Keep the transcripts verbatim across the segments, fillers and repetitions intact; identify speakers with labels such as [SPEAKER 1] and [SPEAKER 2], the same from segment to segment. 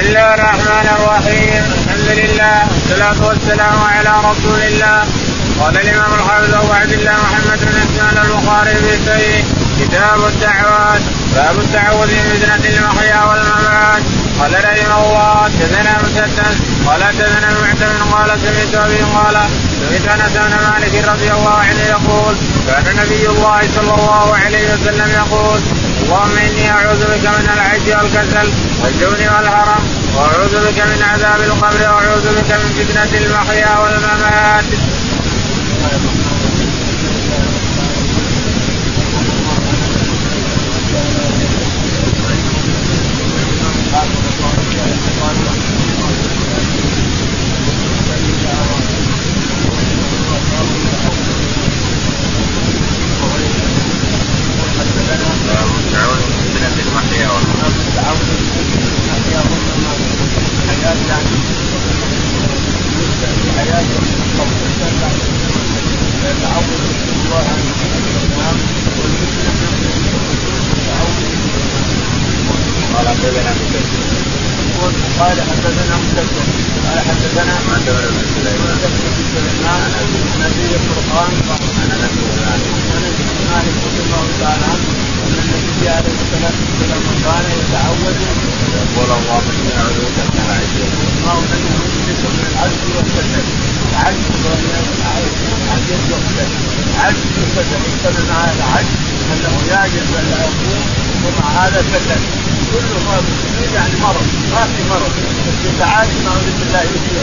[SPEAKER 1] الله الرحمن الرحيم. الحمد لله والصلاة والسلام على رسول الله. قال الإمام الحافظ أبو عبد الله محمد بن إسماعيل البخاري في صحيح كتاب الدعوات باب التعوذ من فتنة المحيا والممات. قال رحمه الله حدثنا مسدد قال حدثنا المعتمد قال سمعت أبي قال سمعت أنس بن مالك رضي الله عنه يقول كان نبي الله صلى الله عليه وسلم يقول اللهم إني أعوذ بك من العجز والكسل والجون والهرم وأعوذ بك من عذاب القبر وأعوذ بك من فتنة المحيا والممات.
[SPEAKER 2] قال حدثنا مسدد قال حدثنا معتمر بن سليمان نبي القرآن عن انس بن مالك رضي الله تعالى عنه ان النبي عليه الصلاه والسلام كان يتعوذ يقول اللهم اني اعوذ بك من العجز اللهم اني اعوذ بك من العجز والكسل العجز والعجز والكسل العجز والكسل يقتل مع هذا عجز انه يعجز ولا يقوم ومع هذا كسل كل ما يعني مرض ما في مرض يتعالج نعوذ بالله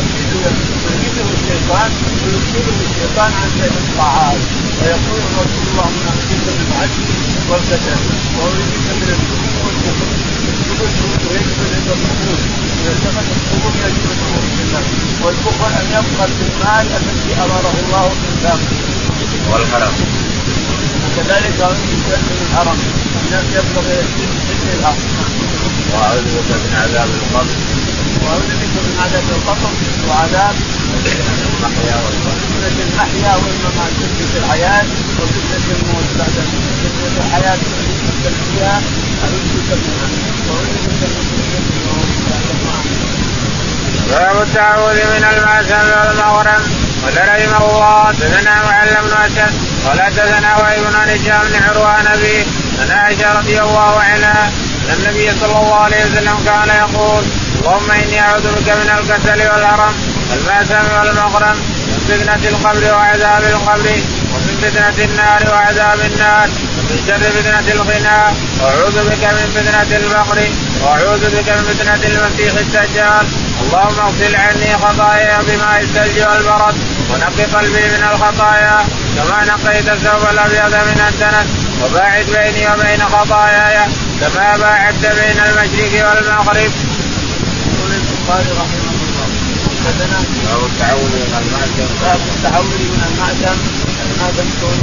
[SPEAKER 2] يريده الشيطان ويريده الشيطان عن شيء الطاعات ويقول رسول الله من أخذك من العجز والكسل وأريدك من الجبن والبخل الجبن ويجب عند الخروج إذا ثبت الخروج يجب الخروج والبخل أن يبقى في المال الذي أمره الله بالإنفاق
[SPEAKER 1] والحرم
[SPEAKER 2] وكذلك من الحرم الناس يبقى في الحرم.
[SPEAKER 1] وأعوذ بك من عذاب القبر
[SPEAKER 2] وأعوذ بك من عذاب القبر وعذاب
[SPEAKER 1] المحيا والممات.
[SPEAKER 2] فتنة المحيا والممات فتنة الحياة وفتنة الموت بعد فتنة الحياة فتنة فيها أعوذ بك منها وأعوذ بك من فتنة الموت بعد الموت.
[SPEAKER 1] باب التعوذ من المأثم والمغرم. قال رحمه الله حدثنا معل بن أسد قال حدثنا وهيب بن هشام بن عروة أبيه عن عائشة رضي الله عنها أن النبي صلى الله عليه وسلم كان يقول اللهم إني أعوذ بك من الكسل والهرم والمأثم والمغرم من فتنة القبر وعذاب القبر ومن فتنة النار وعذاب النار ومن شر فتنة الغنى وأعوذ بك من فتنة الفقر وأعوذ بك من فتنة المسيح الدجال. اللهم اغسل عني خطاياي بماء الثلج والبرد ونقي قلبي من الخطايا كما نقيت الثوب الأبيض من الدنس وباعد بيني وبين خطاياي كما باعدت بين المشرق والمغرب.
[SPEAKER 2] يقول البخاري رحمه الله حدثنا
[SPEAKER 1] باب التعوذ من المأثم.
[SPEAKER 2] باب التعوذ من المأثم. المأثم كون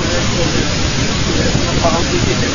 [SPEAKER 2] يقع في جسم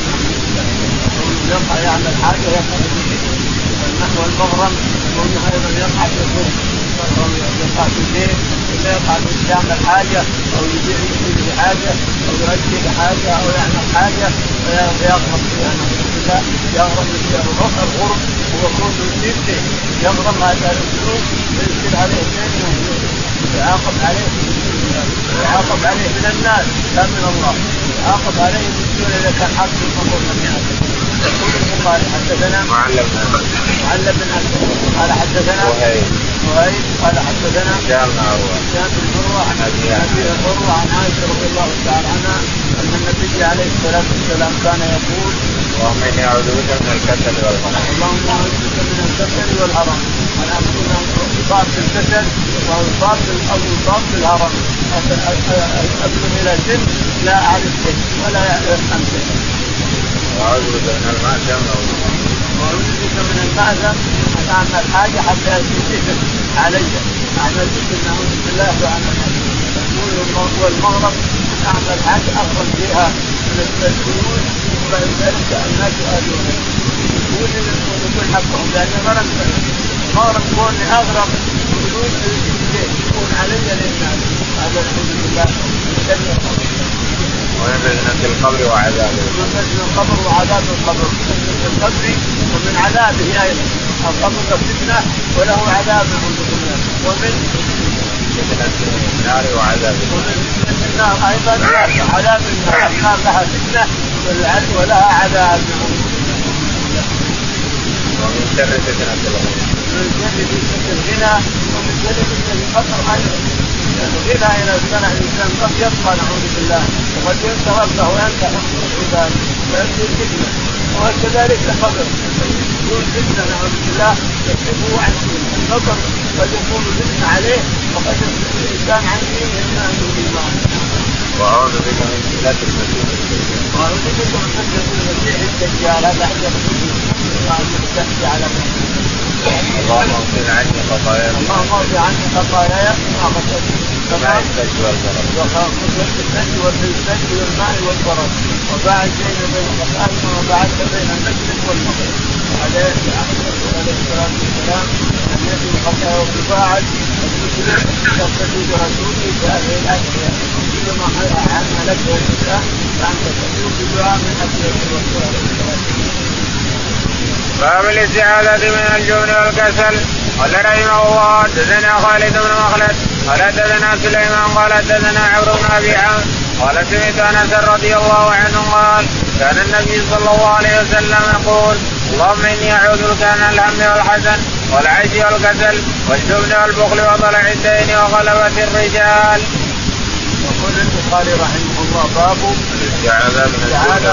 [SPEAKER 2] يقع يعمل حاجه يقع في جسم والنحو المغرم كونه ايضا يقع في الظلم يقع في البيت ولا يقع في يعمل حاجه او يبيع يشتري حاجه او يرجع حاجه او يعمل حاجه فيغرم فيها لا يغرم الرفع الغرم هو كون يصير يغرم هذا الفلوس ويصير عليه شيء يعاقب عليه يعاقب عليه من الناس لا من الله يعاقب عليه بالسوء اذا كان حق المنظور من يعاقب. يقول البخاري حدثنا
[SPEAKER 1] معلم
[SPEAKER 2] معلم بن اسد قال حدثنا
[SPEAKER 1] وهيب
[SPEAKER 2] وهيب قال حدثنا
[SPEAKER 1] هشام بن عروة
[SPEAKER 2] هشام بن عروة عن ابي عروة عن عائشة رضي الله تعالى عنها ان النبي عليه الصلاة والسلام كان يقول
[SPEAKER 1] اللهم إني أعوذ بك من الكسل والهرم.
[SPEAKER 2] اللهم اعوذ بك من الكسل والهرم. انا اقول اصاب بالكسل او اصاب او اصاب بالهرم ابلغ الى سن لا اعرف شيء ولا افهم شيء.
[SPEAKER 1] وأعوذ بك من المأثم
[SPEAKER 2] وأعوذ بك من المأثم أن أعمل حاجة حتى يجب علي أعمل بك نعوذ بالله وأعمل يقول والمغرب أن أعمل حاجة أغرب فيها من الفلوس وبعد ذلك الناس يؤذون يقول يقول حقهم لأني غرم مغرب كوني أغرب فلوس يكون علي للناس هذا الحمد لله
[SPEAKER 1] ومن فتنة القبر وعذابه.
[SPEAKER 2] من فتنة القبر وعذاب القبر من القبر ومن عذابه أيضا الخمر فتنة وله عذاب ومن
[SPEAKER 1] النار وعذاب
[SPEAKER 2] النار أيضا عذاب النار النار لها فتنة ولها عذاب.
[SPEAKER 1] ومن شر فتنة
[SPEAKER 2] الغنى ومن شر فتنة الفقر أيضا. الغنى إلى السنة الإنسان قد يبقى نعوذ بالله وقد ينسى ربه وينسى حقوق ويكون فتنة وكذلك الفقر يكون فتنة نعوذ بالله يكتبه عن الفقر قد يكون فتنة عليه وقد يكون الإنسان عن دينه من عنده الإيمان.
[SPEAKER 1] وأعوذ بك من فتنة المسيح
[SPEAKER 2] وأعوذ بك من فتنة المسيح الدجال هذا حدث تحكي على
[SPEAKER 1] اللهم اغفر عني خطاياي
[SPEAKER 2] اللهم اغفر عني خطاياي ما غفرت
[SPEAKER 1] كما الثلج والبرد
[SPEAKER 2] وخلقت الثلج والثلج والماء والبرد وباعد بين بين الخطايا وباعدت بين المشرق والمغرب. عليه الصلاة والسلام أن يجد الخطايا وتباعد المسلم يقتدي برسوله في هذه الأشياء كلما ملكه الإنسان فأنت تدعو بدعاء من أجل الرسول عليه الصلاة والسلام.
[SPEAKER 1] باب الاستعاذة من الجبن والكسل. قال رحمه الله حدثنا خالد بن مخلد قال حدثنا سليمان قال حدثنا عمرو بن ابي عمرو قال سمعت انس رضي الله عنه قال كان النبي صلى الله عليه وسلم يقول اللهم اني اعوذ بك من الهم والحزن والعجز والكسل والجبن والبخل وضلع الدين وغلبة الرجال.
[SPEAKER 2] يقول البخاري رحمه الله باب
[SPEAKER 1] الاستعاذة من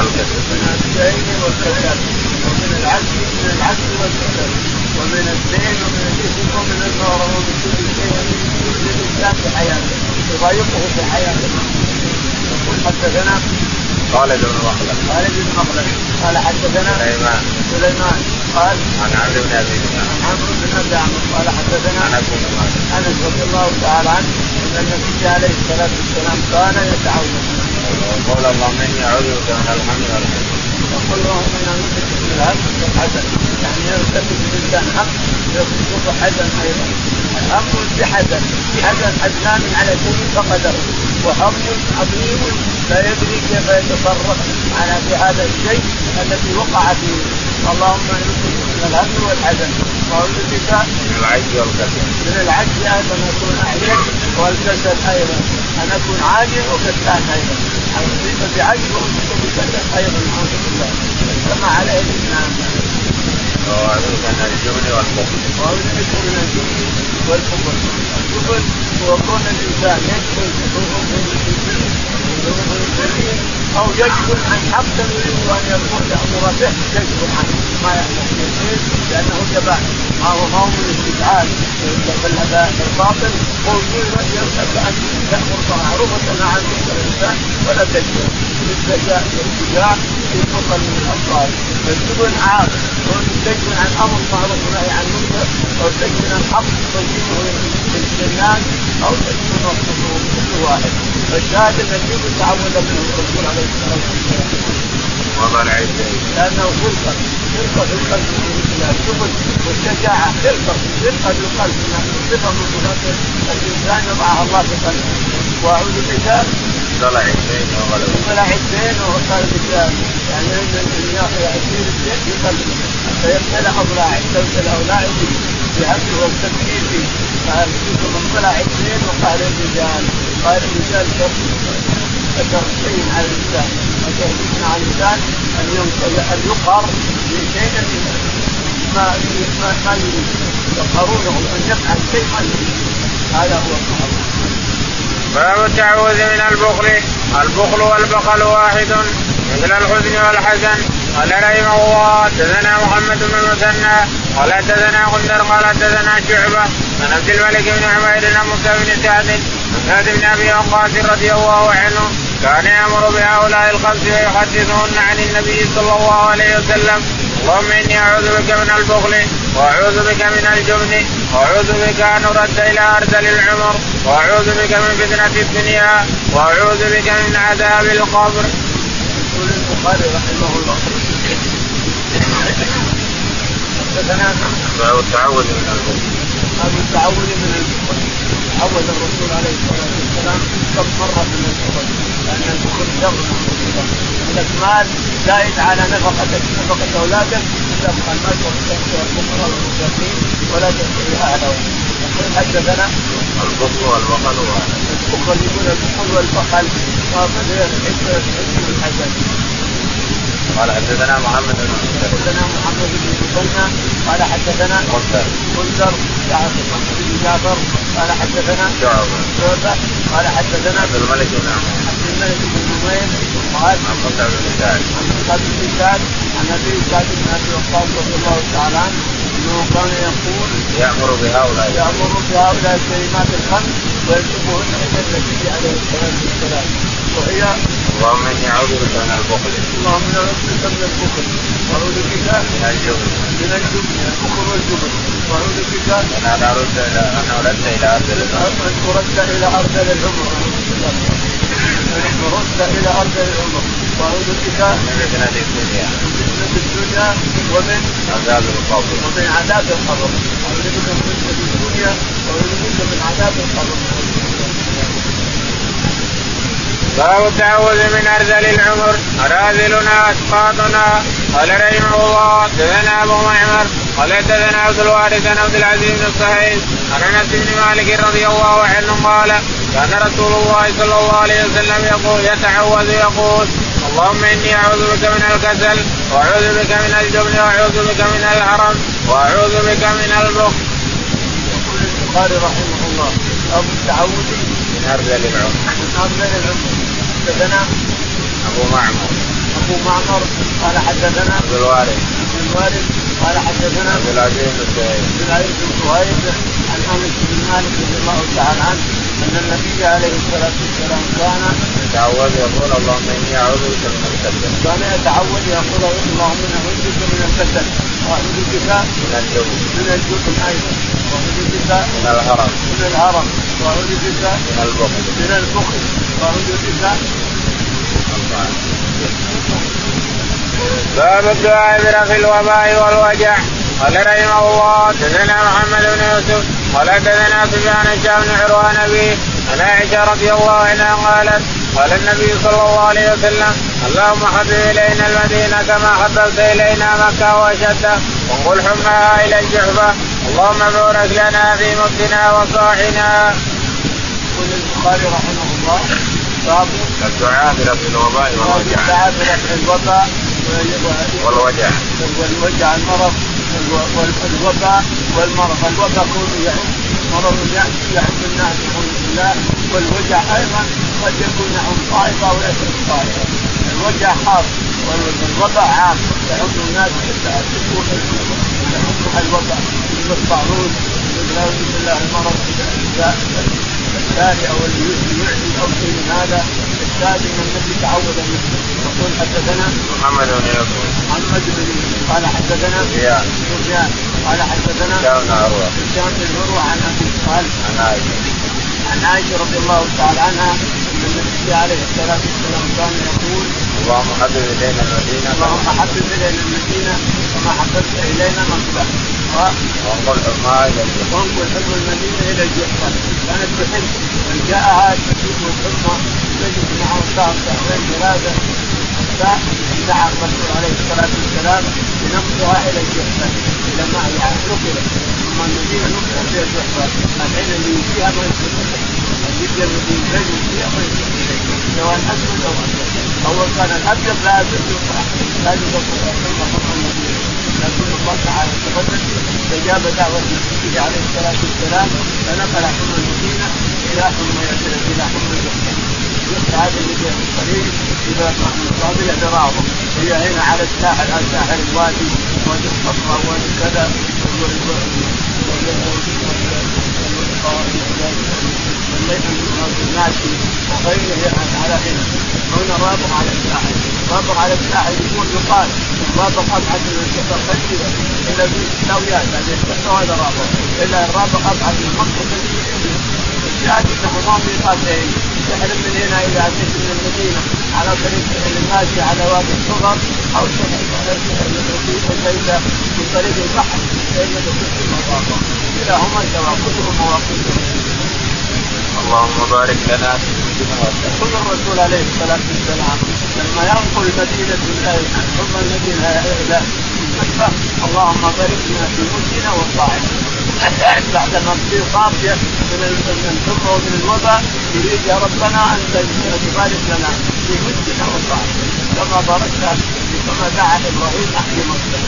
[SPEAKER 2] الدين والكسل ومن العجز من العجز والكسل ومن الدين ومن الإثم ومن النار ومن كل شيء يؤذي الإنسان في حياته يضايقه في حياته. يقول حدثنا
[SPEAKER 1] خالد بن مخلد
[SPEAKER 2] خالد بن مخلد قال حدثنا
[SPEAKER 1] سليمان
[SPEAKER 2] سليمان قال
[SPEAKER 1] عن عمرو بن ابي
[SPEAKER 2] عمرو بن ابي عمرو قال حدثنا انس رضي الله تعالى عنه ان النبي عليه الصلاه والسلام كان يتعوذ
[SPEAKER 1] يقول اللهم اني اعوذ بك من الهم والحزن
[SPEAKER 2] يقول اللهم انا نمسك من الهم والحزن يعني يرتكب الانسان هم يرتكب حزن ايضا. الهم بحزن حزن حزنان على شيء فقدره وهم عظيم لا يدري كيف يتصرف على في هذا الشيء الذي وقع فيه. اللهم نمسك من الهم والحزن واعوذ بك
[SPEAKER 1] من العجز والكسل
[SPEAKER 2] من العجز ايضا اكون اعجز والكسل ايضا ان اكون عاجز وكسلان ايضا على صفه بعجز وصفه بكسل ايضا نعوذ بالله كما عليه الاسلام.
[SPEAKER 1] وأعوذ بك من الجبن والبخل
[SPEAKER 2] وأعوذ بك من الجبن والبخل. الجبن هو كون الإنسان يجبن أو يجبن عن حق يريد أن يكون يأمر به يجبن عنه ما يحصل لأنه جبان ما هو ما هو من الاستفعال الباطل موجود يرتب أن تأمر بمعروف وتنهى عن منكر الإنسان ولا تجبن بالشجاع والشجاع في بطل من الأبطال. الجبن عار تجبن عن أمر معروف ونهي عن منكر أو تجبن عن حق تجبنه للناس أو تجبنه من كل واحد. فالشاهد أن الجبن تعود منه الرسول عليه الصلاة والسلام
[SPEAKER 1] وضلع الدين
[SPEAKER 2] لأنه خلقة خلقة في القلب الجبن والشجاعة خلقة خلقة في القلب صفة من صفات الإنسان يضعها الله في قلبه. وأعوذ بك
[SPEAKER 1] ضلع الدين وغلبة
[SPEAKER 2] ضلع الدين وغلبة الرجال يعني يصير الدين في قلبه حتى يمتلأ أضلاعه يمتلأ أضلاعه بهذه والتفكير فيه فهذا من ضلع الدين وقال الرجال قال الرجال أثر شيء على الإنسان أثر على الإنسان أن يقهر بشيء ما ما ما يريد يقهرونه أن يفعل شيء ما يريد هذا هو القهر.
[SPEAKER 1] باب التعوذ من البخل. البخل والبخل واحد مثل الحزن والحزن. قال رحمه الله حدثنا محمد بن المثنى قال حدثنا غندر قال حدثنا شعبة عن عبد الملك بن عمير بن موسى بن سعد عن سعد بن ابي وقاص رضي الله عنه كان يأمر بهؤلاء الخمس ويحدثهن عن النبي صلى الله عليه وسلم اللهم اني اعوذ بك من البخل واعوذ بك من الجبن واعوذ بك ان ارد الى ارذل العمر واعوذ بك من فتنة الدنيا واعوذ بك من عذاب القبر.
[SPEAKER 2] يقول البخاري رحمه الله
[SPEAKER 1] باب التعوذ من البخل.
[SPEAKER 2] باب التعوذ من البخل. تعوذ الرسول عليه الصلاة والسلام كم مرة من البخل لأن البخل شر من المال زائد على نفقة نفقة أولادك تبقى المال والشمس والبقرة والمساكين ولا تنسي أهلهم. يقول حدثنا
[SPEAKER 1] البخل والبخل
[SPEAKER 2] البخل يقول البخل والبخل وهذا الحكمة الحسن.
[SPEAKER 1] قال حدثنا محمد بن
[SPEAKER 2] حدثنا محمد بن مسنى قال حدثنا
[SPEAKER 1] غندر
[SPEAKER 2] غندر محمد بن جعفر قال حدثنا شعبة قال حدثنا
[SPEAKER 1] عبد الملك بن
[SPEAKER 2] عبد الملك بن نمير قال
[SPEAKER 1] عن قتادة بن سعد
[SPEAKER 2] عن قتادة بن سعد عن ابي سعد بن ابي وقاص رضي الله تعالى عنه انه كان يقول
[SPEAKER 1] يأمر بهؤلاء
[SPEAKER 2] يأمر بهؤلاء الكلمات الخمس ويجبهن الى النبي عليه الصلاة والسلام وهي
[SPEAKER 1] اللهم اني اعوذ بك من البخل
[SPEAKER 2] اللهم اني اعوذ بك من البخل واعوذ بك
[SPEAKER 1] من الجبن
[SPEAKER 2] من الجبن البخل والجبن واعوذ بك
[SPEAKER 1] ان ارد الى ان ارد الى ارض العمر
[SPEAKER 2] ان ارد الى ارض العمر ورد الى ارض العمر واعوذ بك
[SPEAKER 1] من فتنة الدنيا
[SPEAKER 2] من الدنيا ومن
[SPEAKER 1] عذاب القبر
[SPEAKER 2] ومن عذاب القبر اعوذ بك من فتنة الدنيا واعوذ بك من عذاب القبر.
[SPEAKER 1] باب التعوذ من أرذل العمر أراذلنا أسقاطنا. قال رحمه الله حدثنا أبو معمر قال حدثنا عبد الوارث بن عبد العزيز بن الصهيب عن أنس بن مالك رضي الله عنه قال كان رسول الله صلى الله عليه وسلم يقول يتعوذ يقول اللهم إني أعوذ بك من الكسل وأعوذ بك من الجبن وأعوذ بك من الهرم وأعوذ بك من البخل.
[SPEAKER 2] يقول البخاري رحمه الله أبو التعوذ
[SPEAKER 1] من أرذل العمر
[SPEAKER 2] من أرذل العمر. حدثنا
[SPEAKER 1] أبو معمر
[SPEAKER 2] أبو معمر قال حدثنا
[SPEAKER 1] عبد الوارث
[SPEAKER 2] عبد الوارث قال حدثنا
[SPEAKER 1] عبد العزيز بن الصهيب
[SPEAKER 2] عبد العزيز بن صهيب عن أنس بن مالك رضي الله تعالى عنه أن النبي عليه الصلاة والسلام كان
[SPEAKER 1] يتعوذ يقول اللهم إني أعوذ بك من الكسل
[SPEAKER 2] كان يتعوذ يقول اللهم إني أعوذ بك من الكسل وأعوذ بك
[SPEAKER 1] من الجبن
[SPEAKER 2] من الجبن أيضا وأعوذ بك
[SPEAKER 1] من الهرم
[SPEAKER 2] من الهرم وأعوذ بك
[SPEAKER 1] من البخل
[SPEAKER 2] من البخل وأعوذ بك.
[SPEAKER 1] باب الدعاء برفع الوباء والوجع. قال رحمه الله حدثنا محمد بن يوسف قال حدثنا سفيان بن عروة أبيه عن عائشة رضي الله عنها قالت قال النبي صلى الله عليه وسلم اللهم حبب إلينا المدينة كما حببت إلينا مكة وأشد وانقل حماها إلى الجحفة اللهم بارك لنا في مدنا وصاحنا.
[SPEAKER 2] يقول البخاري رحمه الله باب
[SPEAKER 1] الدعاء برفع الوباء والوجع.
[SPEAKER 2] الدعاء برفع الوباء
[SPEAKER 1] والوجع
[SPEAKER 2] والوجع المرض والوباء والمرض. الوباء كله يعم مرض يأتي يعم الناس الحمد لله والوجع أيضا قد يكون يعم طائفة ويترك طائفة. الوجع خاص والوباء عام يعم الناس يعم الوباء مثل الطاعون مثل الله المرض الثاني او اللي يعدي او شيء من هذا الثاني من الذي تعود منه. يقول حدثنا
[SPEAKER 1] محمد بن يوسف
[SPEAKER 2] محمد بن يوسف قال حدثنا
[SPEAKER 1] سفيان
[SPEAKER 2] سفيان قال حدثنا
[SPEAKER 1] هشام بن عروة
[SPEAKER 2] هشام بن عروة عن ابي قال
[SPEAKER 1] عن عائشة
[SPEAKER 2] عن عائشة رضي الله تعالى عنها ان النبي عليه الصلاة والسلام كان يقول
[SPEAKER 1] اللهم حبب إلينا المدينة
[SPEAKER 2] اللهم حبب إلينا المدينة كما حببت إلينا مكة
[SPEAKER 1] وانقل حماها إلى الجحفة
[SPEAKER 2] وانقل حمى المدينة إلى الجحفة. كانت تحب من جاءها تجيب الحمى تجد معه شهر شهرين ثلاثة حتى دعا الرسول عليه الصلاة والسلام بنقلها إلى الجحفة إلى ما يعني نقلت ثم المدينة نقلت إلى الجحفة. الحين اللي يجيها ما يستطيع الجزء الذي يجيها ما يستطيع سواء أسود أو أسود. أول كان الأبيض لازم يطرح لازم يطرح ثم حمى المدينة لكن الله تعالى تقدم استجاب دعوة النبي عليه الصلاة والسلام فنقل حمى المدينة إلى حمى إلى حمى الجحفة. هذا اللي في الطريق إلى مقابل دراهم هي هنا على الساحل على ساحل الوادي وادي الصفا وادي كذا والناسي وغيره على هنا هنا رابط على الساحل رابط على الساحل يقول يقال رابط أبعد من السفر كثيرا إلا في الساويات هذه السفر هذا رابط إلا الرابط أبعد من مكة كثيرا. الشاهد أنه ما في قاتل تحرم من هنا إلى أتيت من المدينة على طريق الماشي على وادي الصغر أو تحرم في طريق البحر فإن تكون المواقع كلاهما سواء كلهم مواقف.
[SPEAKER 1] اللهم بارك لنا في مدنا وصاحنا.
[SPEAKER 2] يقول الرسول عليه الصلاة والسلام لما ينقل مدينة الله حمى المدينة إلى مكة اللهم بارك لنا في ملكنا وطاعتنا. بعد ما تصير صافية من الحمى ومن الوباء يريد يا ربنا أن تبارك لنا في ملكنا وطاعتنا كما باركت كما دعا إبراهيم أهل مكة.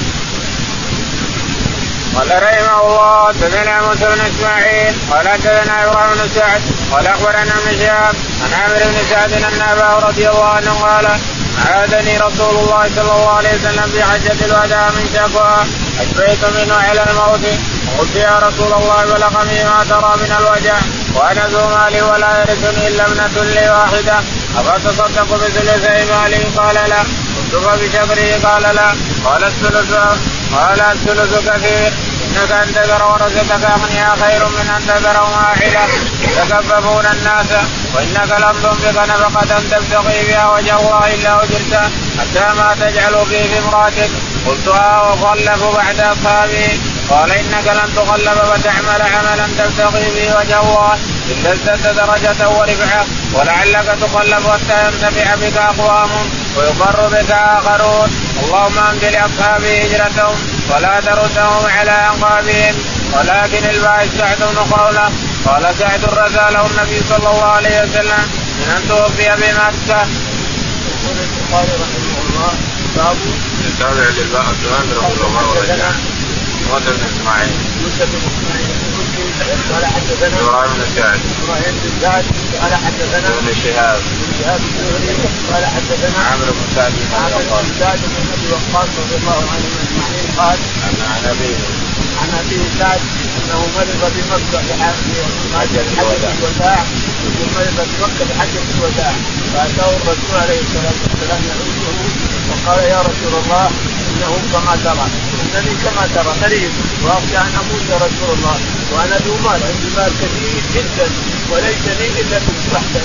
[SPEAKER 1] قال رحمه الله حدثنا موسى بن اسماعيل قال حدثنا ابراهيم بن سعد قال اخبرنا ابن شهاب عن عامر بن سعد ان اباه رضي الله عنه قال عادني رسول الله صلى الله عليه وسلم في حجة الوداع من شكوى اشفيت منه على الموت قلت يا رسول الله بلغني ما ترى من الوجع وانا ذو مالي ولا يرثني الا ابنة لي واحدة أفتصدق بثلثي مالي قال لا قلت فبشطره قال لا قال الثلث قال الثلث كثير إنك أن تذر ورثتك أغنياء خير من أن تذرهم عائلة يتكففون الناس وإنك لم تنفق نفقة تبتغي بها وجه الله إلا أجرت حتى ما تجعل فيه في امرأتك قلت ها وخلف بعد أصحابي قال إنك لن تخلف فتعمل عملا تبتغي به وجه الله إلا ازددت درجة ورفعة ولعلك تخلف حتى ينتفع بك أقوام ويضر بك آخرون اللهم أمد لأصحابي هجرتهم ولا تردهم على أنقابهم. ولكن البائس سعد بن خولة قال سعد رساله النبي صلى الله عليه وسلم من أن توفي بمكة.
[SPEAKER 2] يقول البخاري رحمه الله باب
[SPEAKER 1] يتابع للبائس رحمه الله ورجع موسى بن اسماعيل
[SPEAKER 2] موسى بن اسماعيل قال حدثنا
[SPEAKER 1] ابراهيم بن سعد
[SPEAKER 2] ابراهيم بن سعد قال حدثنا
[SPEAKER 1] ابن شهاب
[SPEAKER 2] شهاب الزهري قال حدثنا
[SPEAKER 1] عمرو بن سعد
[SPEAKER 2] عمرو بن سعد بن ابي وقاص رضي الله عنه اجمعين قال
[SPEAKER 1] عن ابيه
[SPEAKER 2] عن ابي سعد انه مرض بمكه بحجه الوداع مرض بمكه بحجه الوداع فاتاه الرسول عليه الصلاه والسلام يعوده وقال يا رسول الله انه كما ترى انني كما ترى مريض واخشى ان اموت يا رسول الله وانا ذو مال عندي مال كثير جدا وليس لي الا بنت واحده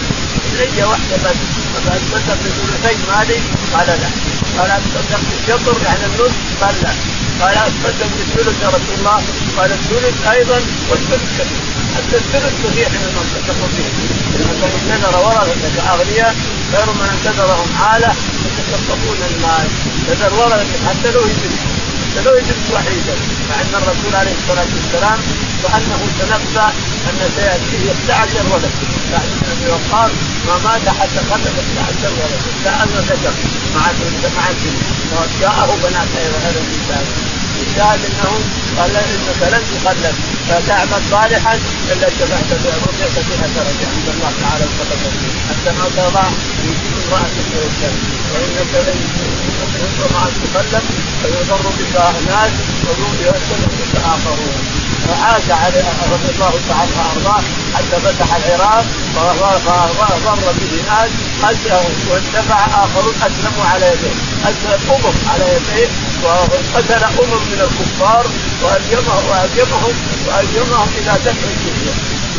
[SPEAKER 2] لي واحده بس فاتصدق بثلثي مالي قال لا قال اتصدق بالشطر يعني النصف قال لا قال اتصدق بالثلث يا رسول الله قال الثلث ايضا والثلث كثير حتى الثلث كثير من المنطقه فيه لانه انتظر ورثه اغنياء غير من انتظرهم عاله يتصدقون المال تذر ورثه حتى لو يجلس لو يجلس وحيدا مع ان الرسول عليه الصلاه والسلام وانه تنبأ ان سياتيه احدى عشر ولد بعد النبي وقال ما مات حتى خلف احدى عشر ولد سأل وكتب مع مع وجاءه بنات هذا الانسان الشاهد انه قال انك لن تخلف فتعمل صالحا الا شفعت برؤيتك بها درجه عند الله تعالى وتقدم حتى ما تضع يجيب امرأتك والجنة وانك لن تخلف فيضر بك ناس ويؤثر بك اخرون. فعاش عليه رضي الله تعالى عنه حتى فتح العراق فضر به ناس وانتفع اخرون اسلموا على يديه اسلم امم على يديه وقتل امم من الكفار والجمهم والجمهم والجمهم الى دفع الجزيه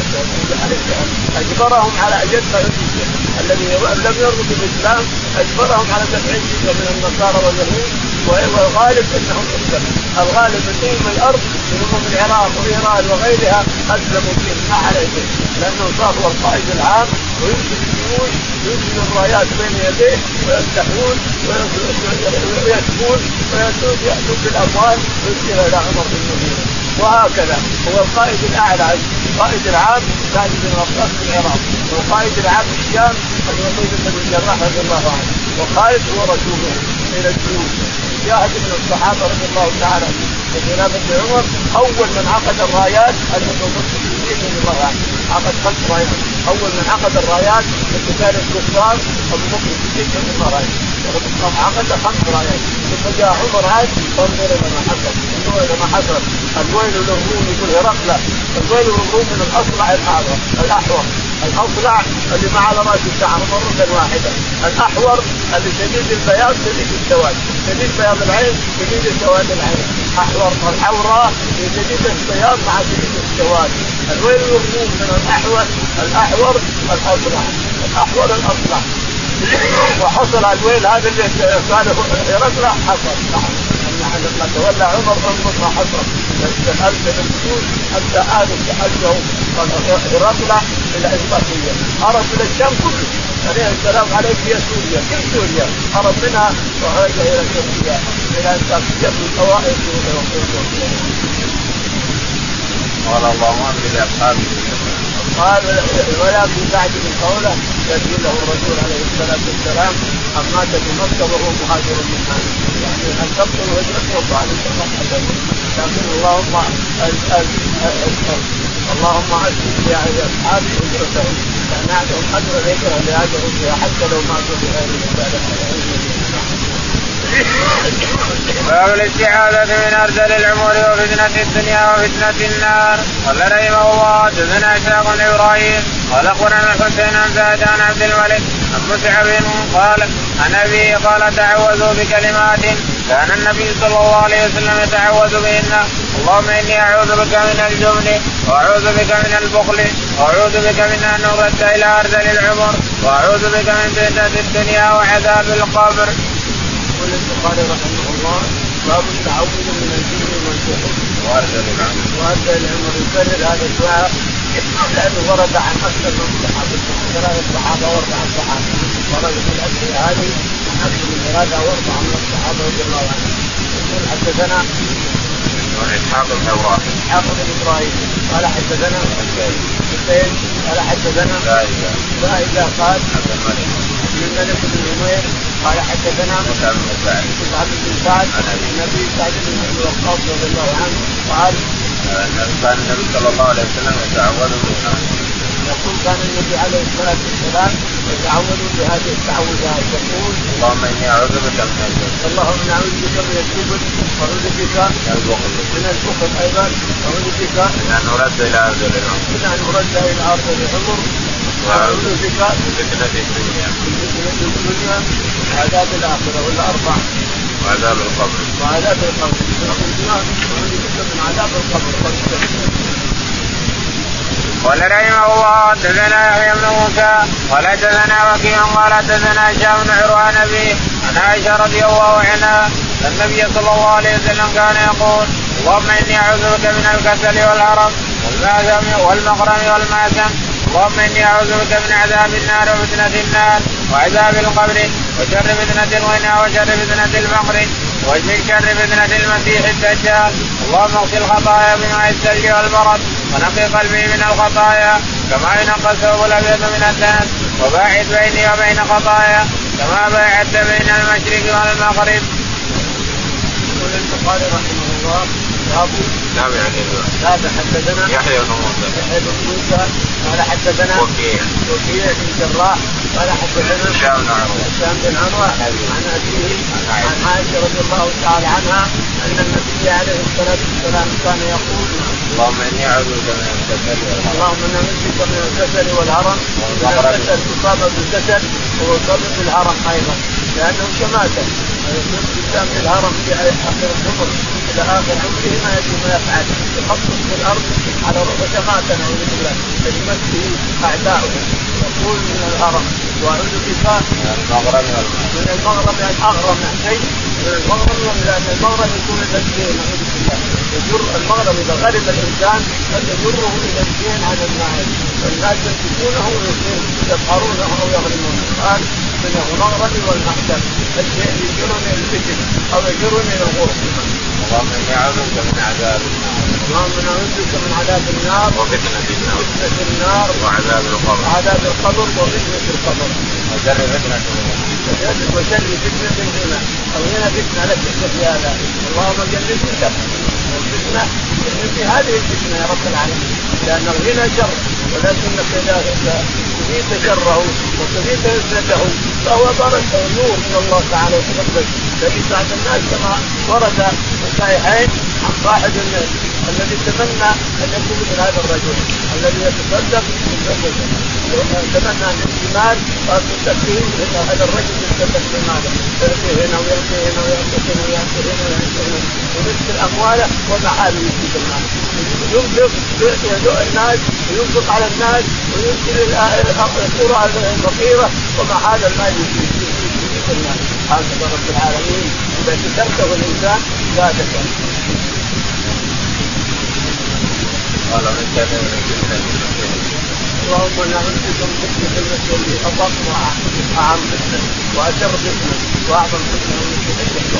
[SPEAKER 2] اجبرهم على يدفع الجزيه الذي لم يرضوا بالاسلام اجبرهم على دفع الجزيه من النصارى واليهود والغالب انهم اسلموا الغالب من امم الارض من امم العراق وايران وغيرها اسلموا فيه ما عليه لانه صار هو القائد العام ويمسك الجيوش ويمسك الرايات بين يديه ويفتحون ويكتبون ويأتون يأتون بالاموال ويصير الى عمر بن المدينة وهكذا هو القائد الاعلى القائد العام كان بن وقاص في العراق والقائد العام في الشام الوليد بن الجراح رضي الله عنه وقائد هو رسوله الى الجيوش. جاهد من الصحابه رضي الله تعالى في خلافه عمر اول من عقد الرايات ابو بكر الصديق رضي الله عنه عقد خمس رايات اول من عقد الرايات لقتال الكفار ابو بكر الصديق رضي الله عنه عقد خمس رايات ثم جاء عمر عاد فانظر الى ما حصل انظر الى ما حصل الويل للروم يقول هرقل الويل للروم من الاصلع الاعور الاحور الاصلع اللي ما على راس الشعر مره واحده الاحور اللي شديد البياض شديد السواد شديد بياض العين شديد سواد العين احور الحوراء شديد البياض مع شديد السواد الويل للروم من الاحور الاحور الاصلع الاحور الاصلع وحصل الويل هذا اللي قاله هرقل حصل لما تولى عمر انظر ما حصل ألف الجيوش حتى آلوا تحجوا هرقل العراقيه، هرب من الشام كله عليه السلام عليك يا سوريا، كل سوريا هرب منها وخرج الى تركيا الى تركيا من طوائف.
[SPEAKER 1] قال اللهم امن لاصحابه.
[SPEAKER 2] قال ولكن بعد من قوله يقول له الرسول عليه الصلاه والسلام ان مات في مكه وهو مهاجر من هذا، يعني ان تبطل هجرته وقال لكن اللهم اللهم اسلم يا اصحابي هجرتهم فان عندهم اجر الهجره لهاجروا فيها حتى لو ماتوا في غير المساله.
[SPEAKER 1] باب الاستعاذة من أرذل العمر وفتنة الدنيا وفتنة النار. قال رحمه الله حدثنا إسحاق بن إبراهيم قال أخبرنا الحسين عن زاهد عن عبد الملك عن مسعب قال عن أبي قال تعوذوا بكلمات كان النبي صلى الله عليه وسلم يتعوذ بهن اللهم إني أعوذ بك من الجبن وأعوذ بك من البخل وأعوذ بك من أن أرد إلى أرذل العمر وأعوذ بك من فتنة الدنيا وعذاب القبر.
[SPEAKER 2] يقول البخاري رحمه الله باب التعوذ من الجن والسحر
[SPEAKER 1] وأرذل العمر.
[SPEAKER 2] وأرذل العمر يكرر هذا الدعاء لأنه ورد عن أكثر من الصحابة، ثلاثة الصحابة وأربعة الصحابة ورد في الأشياء هذه من أكثر من ثلاثة وأربعة من الصحابة رضي الله عنهم. يقول حدثنا
[SPEAKER 1] إسحاق بن إبراهيم
[SPEAKER 2] إسحاق بن إبراهيم قال حدثنا حسين قال حدثنا زائدة قال من الملك بن عمير قال حدثنا
[SPEAKER 1] مصعب بن سعد
[SPEAKER 2] مصعب بن سعد عن النبي سعد بن ابي وقاص رضي الله عنه قال
[SPEAKER 1] كان النبي صلى الله عليه وسلم يتعوذ بالنار.
[SPEAKER 2] يقول كان النبي عليه الصلاه والسلام يتعوذ بهذه التعوذات يقول
[SPEAKER 1] اللهم اني اعوذ بك من الجبن.
[SPEAKER 2] اللهم اني اعوذ بك من الجبن واعوذ بك
[SPEAKER 1] من البخل
[SPEAKER 2] من البخل ايضا واعوذ بك
[SPEAKER 1] من ان ارد الى ارذل العمر
[SPEAKER 2] من ان ارد الى ارذل العمر واعوذ بك
[SPEAKER 1] من فتنة الدنيا
[SPEAKER 2] من الدنيا وعذاب الاخره والاربع
[SPEAKER 1] وعذاب القبر
[SPEAKER 2] وعذاب القبر من عذاب القبر.
[SPEAKER 1] قال رحمه الله حدثنا يحيى بن موسى قال حدثنا وكيع قال حدثنا هشام بن عروة عن أبيه عن عائشة رضي الله عنها أن النبي صلى الله عليه وسلم كان يقول اللهم إني أعوذ بك من الكسل والهرم والمأثم والمغرم والمأثم اللهم إني أعوذ بك من عذاب النار وفتنة النار وعذاب القبر وشر فتنة الغنى وشر فتنة الفقر وشر فتنة المسيح الدجال اللهم اغسل خطايا بماء الثلج والبرد ونقي قلبي من الخطايا كما ينقى الثوب الأبيض من الدنس وباعد بيني وبين خطايا كما باعدت بين المشرق والمغرب.
[SPEAKER 2] يقول البخاري رحمه الله أبو
[SPEAKER 1] نافع
[SPEAKER 2] نافع حدثنا
[SPEAKER 1] يحيى بن موسى
[SPEAKER 2] يحيى بن موسى قال حدثنا
[SPEAKER 1] وكيع
[SPEAKER 2] وكيع بن جراح قال حدثنا
[SPEAKER 1] هشام بن عروة
[SPEAKER 2] هشام بن عروة عن أبيه عن عائشة رضي الله تعالى عنها أن النبي عليه الصلاة والسلام كان يقول
[SPEAKER 1] اللهم إني أعوذ بك من الكسل والهرم
[SPEAKER 2] اللهم إني أعوذ بك من الكسل والهرم الكسل إصابة بالكسل وإصابة بالهرم أيضا لأنه شماتة يكون الإنسان في الهرم في آخر العمر إلى آخر عمره ما يجب ما يفعل يخصص في الأرض على رؤوس شماتة نعوذ بالله تجمد به أعداؤه يقول من الهرم وأعوذ بك
[SPEAKER 1] من المغرب
[SPEAKER 2] من المغرب يعني أغرم شيء من المغرب لأن المغرب يكون الزين نعوذ بالله يجر المغرب إذا غلب الإنسان قد يجره إلى الزين على الناس والناس يمسكونه يقهرونه أو يغلبونه قال من المغرب والمحكم الشيء يجرني الفتن أو يجرني إلى الغرب.
[SPEAKER 1] اللهم إني أعوذ بك من عذاب النار
[SPEAKER 2] اللهم نعوذ بك من عذاب النار
[SPEAKER 1] وفتنة النار
[SPEAKER 2] وفتنة النار
[SPEAKER 1] وعذاب القبر
[SPEAKER 2] وعذاب القبر وفتنة القبر
[SPEAKER 1] وشر فتنة الغنى
[SPEAKER 2] وشر فتنة الغنى الغنى فتنة لك في هذا اللهم جنبني شر الفتنة في هذه الفتنة يا رب العالمين لأن الغنى شر ولكنك إذا تزيد شره وتزيد فتنته فهو بركة ونور من الله تعالى وتقدس الذي ساعد الناس كما ورد في الصحيحين عن صاحب الناس الذي تمنى أن يكون من هذا الرجل الذي يتصدق تمنى أن يأتي مال فتصدقه هذا الرجل يتصدق بماله يأتي هنا ويأتي هنا ويأتي هنا ويأتي هنا ويأتي هنا ويمسك أمواله ومحاله يمسك المال ينفق يدعو الناس وينفق على الناس ويمسك القرى الفقيرة ومحال المال يمسك المال. هذا رب العالمين إذا تركه الإنسان لا تكن.
[SPEAKER 1] قال من كان من الجنة
[SPEAKER 2] اللهم نعوذ بك من فتنة المسؤولين أضاق وأعم فتنة وأشر فتنة وأعظم فتنة من فتنة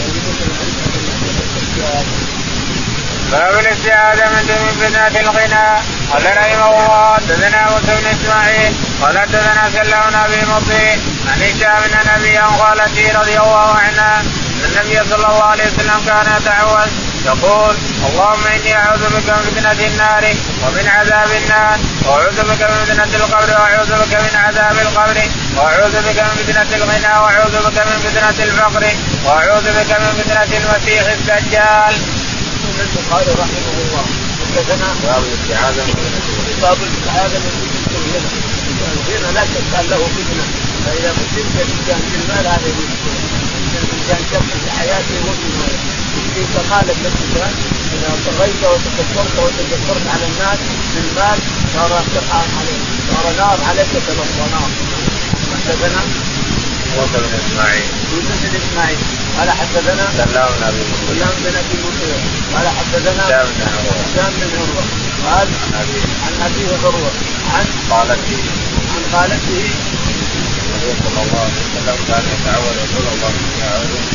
[SPEAKER 2] الدجال.
[SPEAKER 1] باب الاستعاذة من فتنة الغنى. قال رحمه الله حدثنا موسى بن اسماعيل قال حدثنا سلام بن ابي مطيع عن هشام بن ابي عن خالته رضي الله عنها ان النبي صلى الله عليه وسلم كان يتعوذ يقول اللهم اني اعوذ بك من فتنة النار ومن عذاب النار واعوذ بك من فتنة القبر واعوذ بك من عذاب القبر واعوذ بك من فتنة الغنى واعوذ بك من فتنة الفقر واعوذ بك من فتنة المسيح الدجال.
[SPEAKER 2] البخاري رحمه الله حدثنا
[SPEAKER 1] باب الاستعاذة
[SPEAKER 2] باب الاستعاذة من فتنة الغنى. الغنى لا تسأل له فتنة فإذا فتنت الإنسان بالمال هذا يمكن الإنسان شخص في حياته وفي في كمالك الإنسان إذا طغيت وتكبرت وتجبرت على الناس بالمال صار سقعا عليك صار نار عليك تبقى نار. حدثنا
[SPEAKER 1] موسى بن اسماعيل
[SPEAKER 2] موسى بن اسماعيل قال حدثنا
[SPEAKER 1] سلام بن ابي
[SPEAKER 2] سلام بن ابي مطيع قال حدثنا
[SPEAKER 1] هشام بن عروة
[SPEAKER 2] هشام بن عروة قال عن ابيه عروة عن
[SPEAKER 1] خالته
[SPEAKER 2] عن خالته
[SPEAKER 1] النبي صلى الله عليه وسلم كان يتعوذ يقول اللهم اني اعوذ بك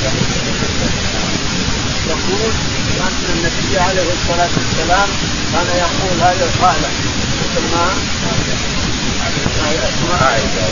[SPEAKER 2] يقول كان النبي عليه الصلاة والسلام كان يقول هذه القاعدة اسمها اسمها
[SPEAKER 1] عائشة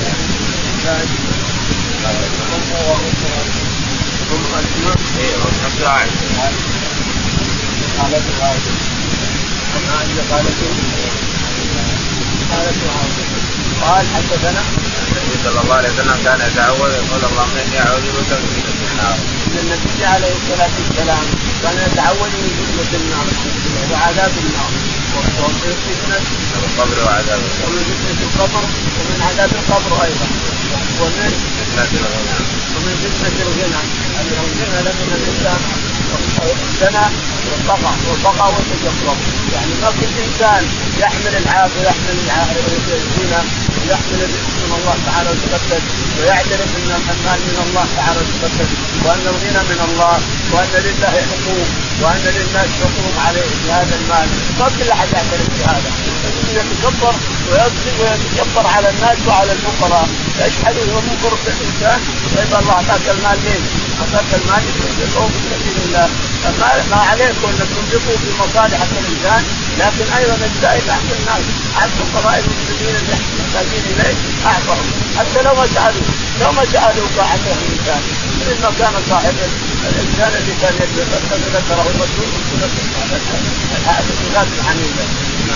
[SPEAKER 2] قال حدثنا
[SPEAKER 1] النبي صلى الله عليه وسلم كان يتعوذ يقول اللهم اني اعوذ بك من فتنة النار.
[SPEAKER 2] النبي عليه الصلاة والسلام كان يتعوذ من فتنة النار وعذاب النار ومن فتنة
[SPEAKER 1] القبر وعذاب القبر
[SPEAKER 2] ومن فتنة القبر ومن عذاب القبر أيضا ومن
[SPEAKER 1] فتنة الغنى
[SPEAKER 2] ومن فتنة الغنى. الغنى لمن الإنسان غنى وطغى وطغى وتجبر يعني ما كل إنسان يحمل العافية ويحمل الغنى ويحمل الرزق من الله تعالى وتقدس ويعترف أن المال من الله تعالى وتقدس وأن الغنى من الله وأن لله حقوق وأن للناس حقوق عليه في هذا المال. ما كل أحد يعترف بهذا يتكبر ويكذب ويتكبر على الناس وعلى الفقراء يجحد وينكر بالإنسان ويقول الله أعطاك المال ليه؟ أعطاك المال ينفقه في سبيل الله. ما عليكم أن تنفقوا في مصالح الإنسان لكن أيضا الزائد أحد الناس عن فقراء المسلمين اللي محتاجين إليه أعطهم حتى لو ما سألوا لو ما سألوا فأعطهم الإنسان مثل ما كان صاحب الإنسان اللي كان ذكره الرسول الحادثات الحميدة.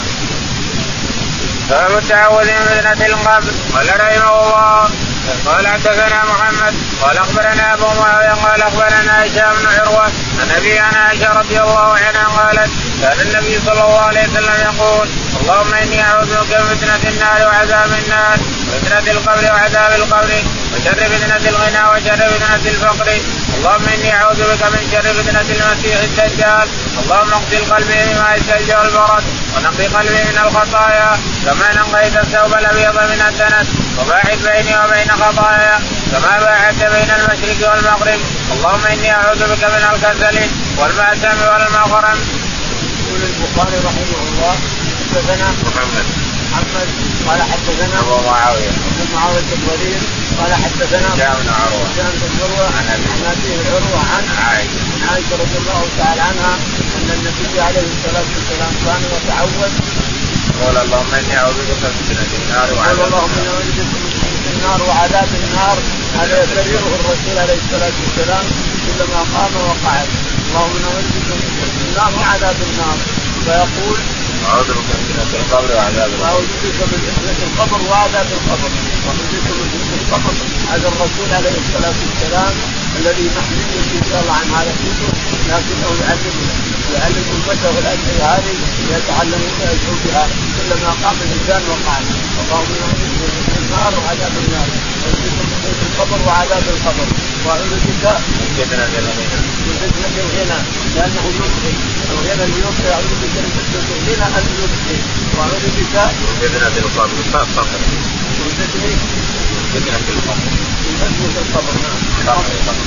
[SPEAKER 1] باب التعوذ من فتنة القبر. قال رحمه الله قال حدثنا محمد قال اخبرنا ابو معاويه قال اخبرنا هشام بن عروه عن ابي عن عائشه رضي الله عنها قالت كان النبي صلى الله عليه وسلم يقول اللهم اني اعوذ بك من فتنة النار وعذاب النار وفتنة القبر وعذاب القبر وشر فتنة الغنى وشر فتنة الفقر اللهم اني اعوذ بك من شر فتنة المسيح الدجال. اللهم اغسل قلبي بماء الثلج والبرد ونقي قلبي من الخطايا كما نقيت الثوب الابيض من الدنس وباعد بيني وبين خطايا كما باعدت بين المشرق والمغرب. اللهم اني اعوذ بك من الكسل والمأثم والمغرم.
[SPEAKER 2] يقول البخاري رحمه الله حدثنا
[SPEAKER 1] محمد
[SPEAKER 2] محمد قال حدثنا
[SPEAKER 1] ابو معاويه
[SPEAKER 2] ابو معاويه الوليد قال حدثنا
[SPEAKER 1] هشام بن عروه
[SPEAKER 2] هشام بن عروه
[SPEAKER 1] عن
[SPEAKER 2] ابي عروه عن
[SPEAKER 1] عائشه
[SPEAKER 2] عائشه رضي الله تعالى عنها ان النبي عليه الصلاه والسلام كان يتعوذ
[SPEAKER 1] قال اللهم اني اعوذ بك من فتنة النار وعذاب
[SPEAKER 2] اللهم اني اعوذ بك من فتنة النار وعذاب النار. هذا يكرره الرسول عليه الصلاه والسلام كلما قام وقعد اللهم اني اعوذ بك من فتنة النار وعذاب النار فيقول
[SPEAKER 1] اعوذ بك من فتنة القبر وعذاب القبر
[SPEAKER 2] اعوذ بك من فتنة القبر وعذاب القبر اعوذ بك من فتنة القبر. هذا الرسول عليه الصلاه والسلام الذي محمود ان شاء الله عن هذا الكتب لكنه يعلمنا يعلم امته الاشياء هذه يتعلمون يدعون بها كلما قام الانسان وقعد. اللهم اعوذ بك من فتنة النار وعذاب النار واعوذ بك من فتنة القبر وعذاب القبر واعوذ بك
[SPEAKER 1] من فتنة الغنى
[SPEAKER 2] من فتنة الغنى لانه يبقي الغنى اللي يبقي اعوذ بك من فتنة الغنى ان يبقي واعوذ بك
[SPEAKER 1] من فتنة القبر فقط
[SPEAKER 2] من فتنة
[SPEAKER 1] فتنة القبر
[SPEAKER 2] من فتنة القبر. نعم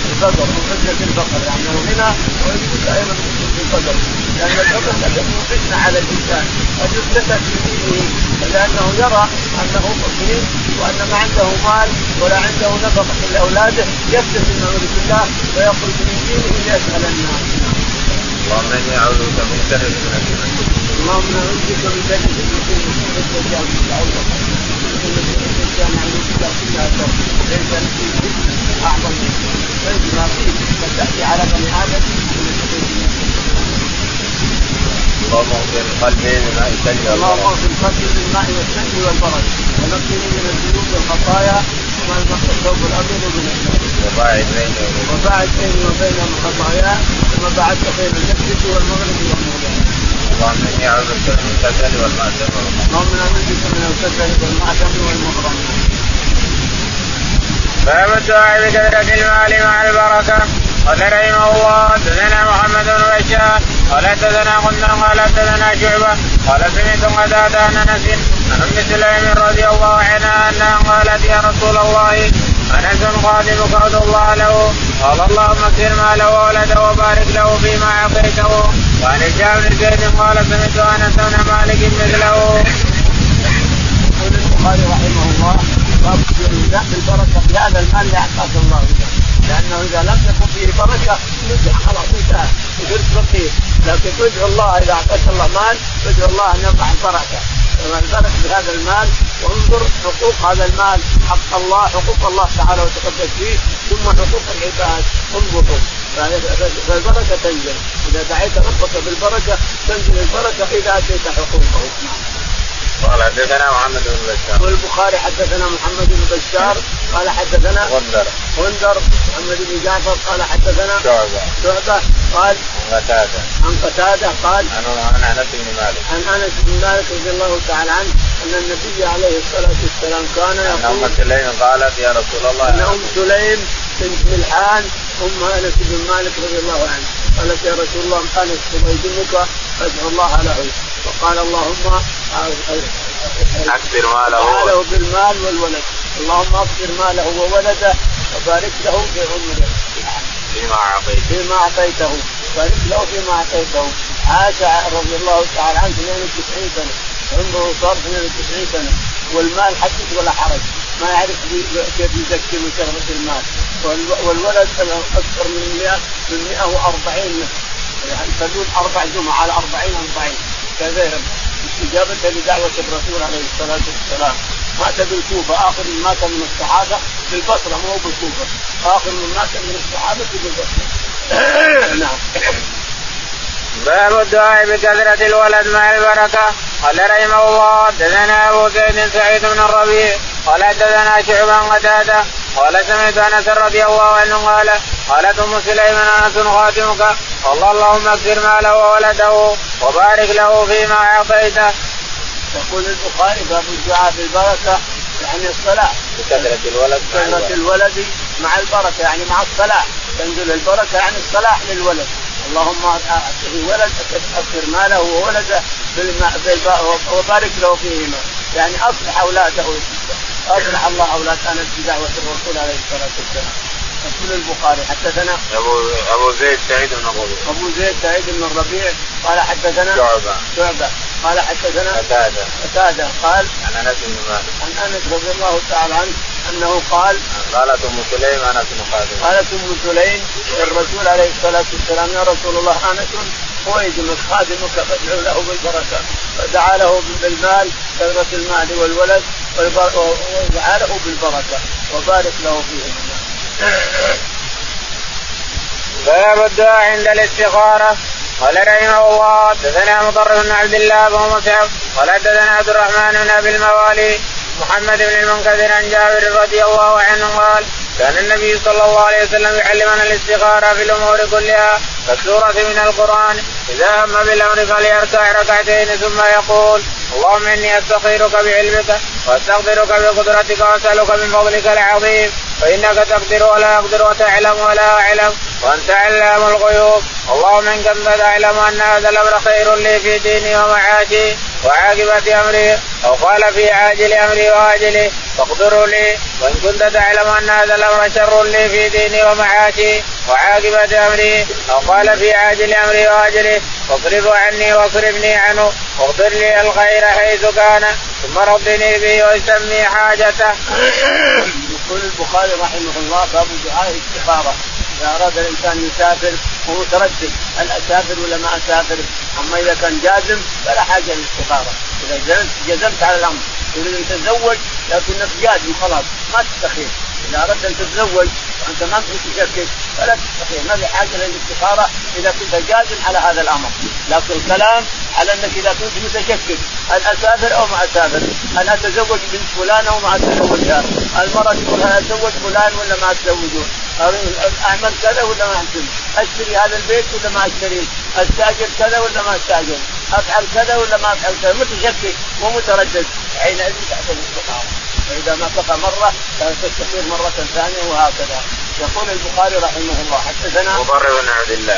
[SPEAKER 2] البقر من فتنة البقر يعني هنا ويجوز أيضا من فتنة البقر لأن البقر الذي فتنة على الإنسان قد يفتتن في دينه لأنه يرى أنه فقير وأن ما عنده مال ولا عنده نفقة لأولاده يفتتن نعوذ بالله ويخرج من دينه ليسأل الناس.
[SPEAKER 1] اللهم إني أعوذ بك من شر الفتنة.
[SPEAKER 2] اللهم نعوذ بك من شر الفتنة والدجال والعوض. الإنسان نعوذ بالله كلها شر ليس فيه أعظم من ما فيه فتأتي على بني آدم.
[SPEAKER 1] اللهم اغفر قلبي بماء الثلج والبرد.
[SPEAKER 2] اللهم اغفر قلبي بالماء والثلج والبرد ونقني من الذنوب والخطايا وما يمحو الثوب الأبيض من النار.
[SPEAKER 1] وباعد بيني
[SPEAKER 2] وباعد بيني وبين الخطايا وما بعدت بين المشرق والمغرب والمغرب.
[SPEAKER 1] اللهم إني أعوذ بك من الكسل والمعدم.
[SPEAKER 2] اللهم نعوذ بك من الكسل والمعدم والمغرم.
[SPEAKER 1] باب الدعاء بكثرة المال مع البركة. قال رحمه الله حدثنا محمد بن بشار قال حدثنا غندر قال حدثنا شعبة قال سمعت قتادة عن أنس عن أم سليم رضي الله عنها أنها قالت يا رسول الله أنس خادمك ادعو الله له قال اللهم اكثر ماله وولده وبارك له فيما أعطيته. وعن هشام بن زيد قال سمعت أنس بن مالك مثله.
[SPEAKER 2] يقول البخاري رحمه الله باب الدعاء بالبركة في هذا المال اللي أعطاك الله لأنه إذا لم يكن فيه بركة يصبح خلاص انتهى يصير فقير. لكن تدعو الله إذا أعطاك الله مال تدعو الله أن يضع البركة البركة بهذا المال. وانظر حقوق هذا المال حق الله حقوق الله تعالى وتقدس فيه ثم حقوق العباد انظروا فالبركة تنزل. إذا دعيت ربك بالبركة تنزل البركة إذا أتيت حقوقه.
[SPEAKER 1] قال حدثنا محمد بن بشار
[SPEAKER 2] والبخاري حدثنا محمد بن بشار قال حدثنا
[SPEAKER 1] غندر
[SPEAKER 2] غندر محمد بن جعفر قال حدثنا
[SPEAKER 1] شعبة
[SPEAKER 2] شعبة قال
[SPEAKER 1] عن قتادة
[SPEAKER 2] عن قتادة قال
[SPEAKER 1] عن أنس بن مالك
[SPEAKER 2] عن أنس بن مالك رضي الله تعالى عنه أن النبي عليه الصلاة والسلام كان يقول
[SPEAKER 1] أم سليم قالت يا رسول الله
[SPEAKER 2] أن أم سليم بنت ملحان أم أنس بن مالك رضي الله عنه قالت يا رسول الله أنس يدعوك فادعو الله له. فقال اللهم
[SPEAKER 1] أكثر ماله
[SPEAKER 2] بالمال والولد. اللهم أكثر ماله وولده وبارك له في عمره
[SPEAKER 1] فيما أعطيته
[SPEAKER 2] فيما أعطيته بارك له فيما أعطيته. عاش رضي الله تعالى عنه اثنين وتسعين سنة عمره صار اثنين وتسعين سنة والمال حدث ولا حرج ما يعرف كيف يزكي من كثرة المال. والولد أكثر من مئة من مئة وأربعين يعني تدل أربع جمعة على أربعين أربعين كذا استجابة لدعوة الرسول عليه الصلاة والسلام. مات بالكوفة آخر من مات من الصحابة بالبصرة مو بالكوفة آخر من مات من الصحابة بالبصرة. نعم.
[SPEAKER 1] باب الدعاء بكثرة الولد مع البركة. قال رحمه الله حدثنا أبو سعيد سعيد بن الربيع قال حدثنا شعبة عن قتادة قال سمعت أنس رضي الله عنه قال قالت أم سليم أنس خادمك قال اللهم اكثر ماله وولده وبارك له فيما أعطيته.
[SPEAKER 2] يقول البخاري باب الدعاء بالبركة يعني الصلاة
[SPEAKER 1] بكثرة الولد
[SPEAKER 2] كثرة الولد مع البركة يعني مع الصلاة تنزل البركة يعني الصلاة للولد. اللهم أعطه ولد أكثر ماله وولده وبارك له فيهما يعني أصلح أولاده أصلح الله أولاد أنس بدعوة الرسول عليه الصلاة والسلام. يقول البخاري حدثنا
[SPEAKER 1] أبو أبو زيد سعيد بن الربيع
[SPEAKER 2] أبو زيد سعيد بن الربيع قال حدثنا
[SPEAKER 1] شعبة
[SPEAKER 2] شعبة قال حدثنا
[SPEAKER 1] قتادة
[SPEAKER 2] قتادة قال
[SPEAKER 1] عن أنس بن مالك
[SPEAKER 2] عن أنس رضي الله تعالى عنه أنه قال
[SPEAKER 1] قالت أم سليم أنس خادم
[SPEAKER 2] قالت أم سليم الرسول عليه الصلاة والسلام يا رسول الله أنس خويدمك خادمك فادعو له بالبركة. فدعا له بالمال كثرة المال والولد ودعا له بالبركة وبارك له فيه.
[SPEAKER 1] باب الدعاء عند الاستخارة. قال رحمه الله حدثنا مطرف بن عبد الله بن مصعب قال حدثنا عبد الرحمن بن ابي الموالي محمد بن المنكدر عن جابر رضي الله عنه قال كان النبي صلى الله عليه وسلم يعلمنا الاستخارة في الامور كلها كالسورة من القرآن اذا هم بالامر فليركع ركعتين ثم يقول اللهم اني استخيرك بعلمك واستغفرك بقدرتك واسالك من فضلك العظيم فانك تقدر ولا اقدر وتعلم ولا اعلم وانت علام الغيوب. اللهم ان كنت تعلم ان هذا الامر خير لي في ديني ومعاشي وعاقبة امري او قال في عاجل امري واجله فاقدروا لي وإن كنت تعلم أن هذا الأمر شر لي في ديني ومعاشي وعاقبة أمري، أو قال في عاجل أمري وآجله، فاصرف عني واصرفني عنه، واغفر لي الخير حيث كان، ثم ردني به ويسمي حاجته.
[SPEAKER 2] يقول البخاري رحمه الله باب دعاء الاستخارة. إذا أراد الإنسان يسافر وهو متردد هل أسافر ولا ما أسافر، أما إذا كان جازم فلا حاجة للاستخارة. إذا جزمت على الأمر تريد أن تتزوج لكنك جازم خلاص ما تستخير. إذا أردت أن تتزوج وأنت ما تشكك فلا تستخير، ما في حاجة للاستخارة إذا كنت جازم على هذا الأمر. لكن الكلام على أنك إذا كنت متشكك هل أسافر أو ما أسافر، هل أتزوج بنت فلان أو ما أتزوجها، المرأة تقول هل أتزوج فلان ولا ما أتزوجه، أعمل كذا ولا ما أعمل، أشتري هذا البيت ولا ما أشتري، أستأجر كذا ولا ما أستأجر، أفعل كذا ولا ما أفعل كذا، متشكك ومتردد حينئذ تحصل الاستخارة. فإذا ما بقى مرة تستخير مرة ثانية وهكذا. يقول البخاري رحمه الله حدثنا
[SPEAKER 1] مطرف بن عبد الله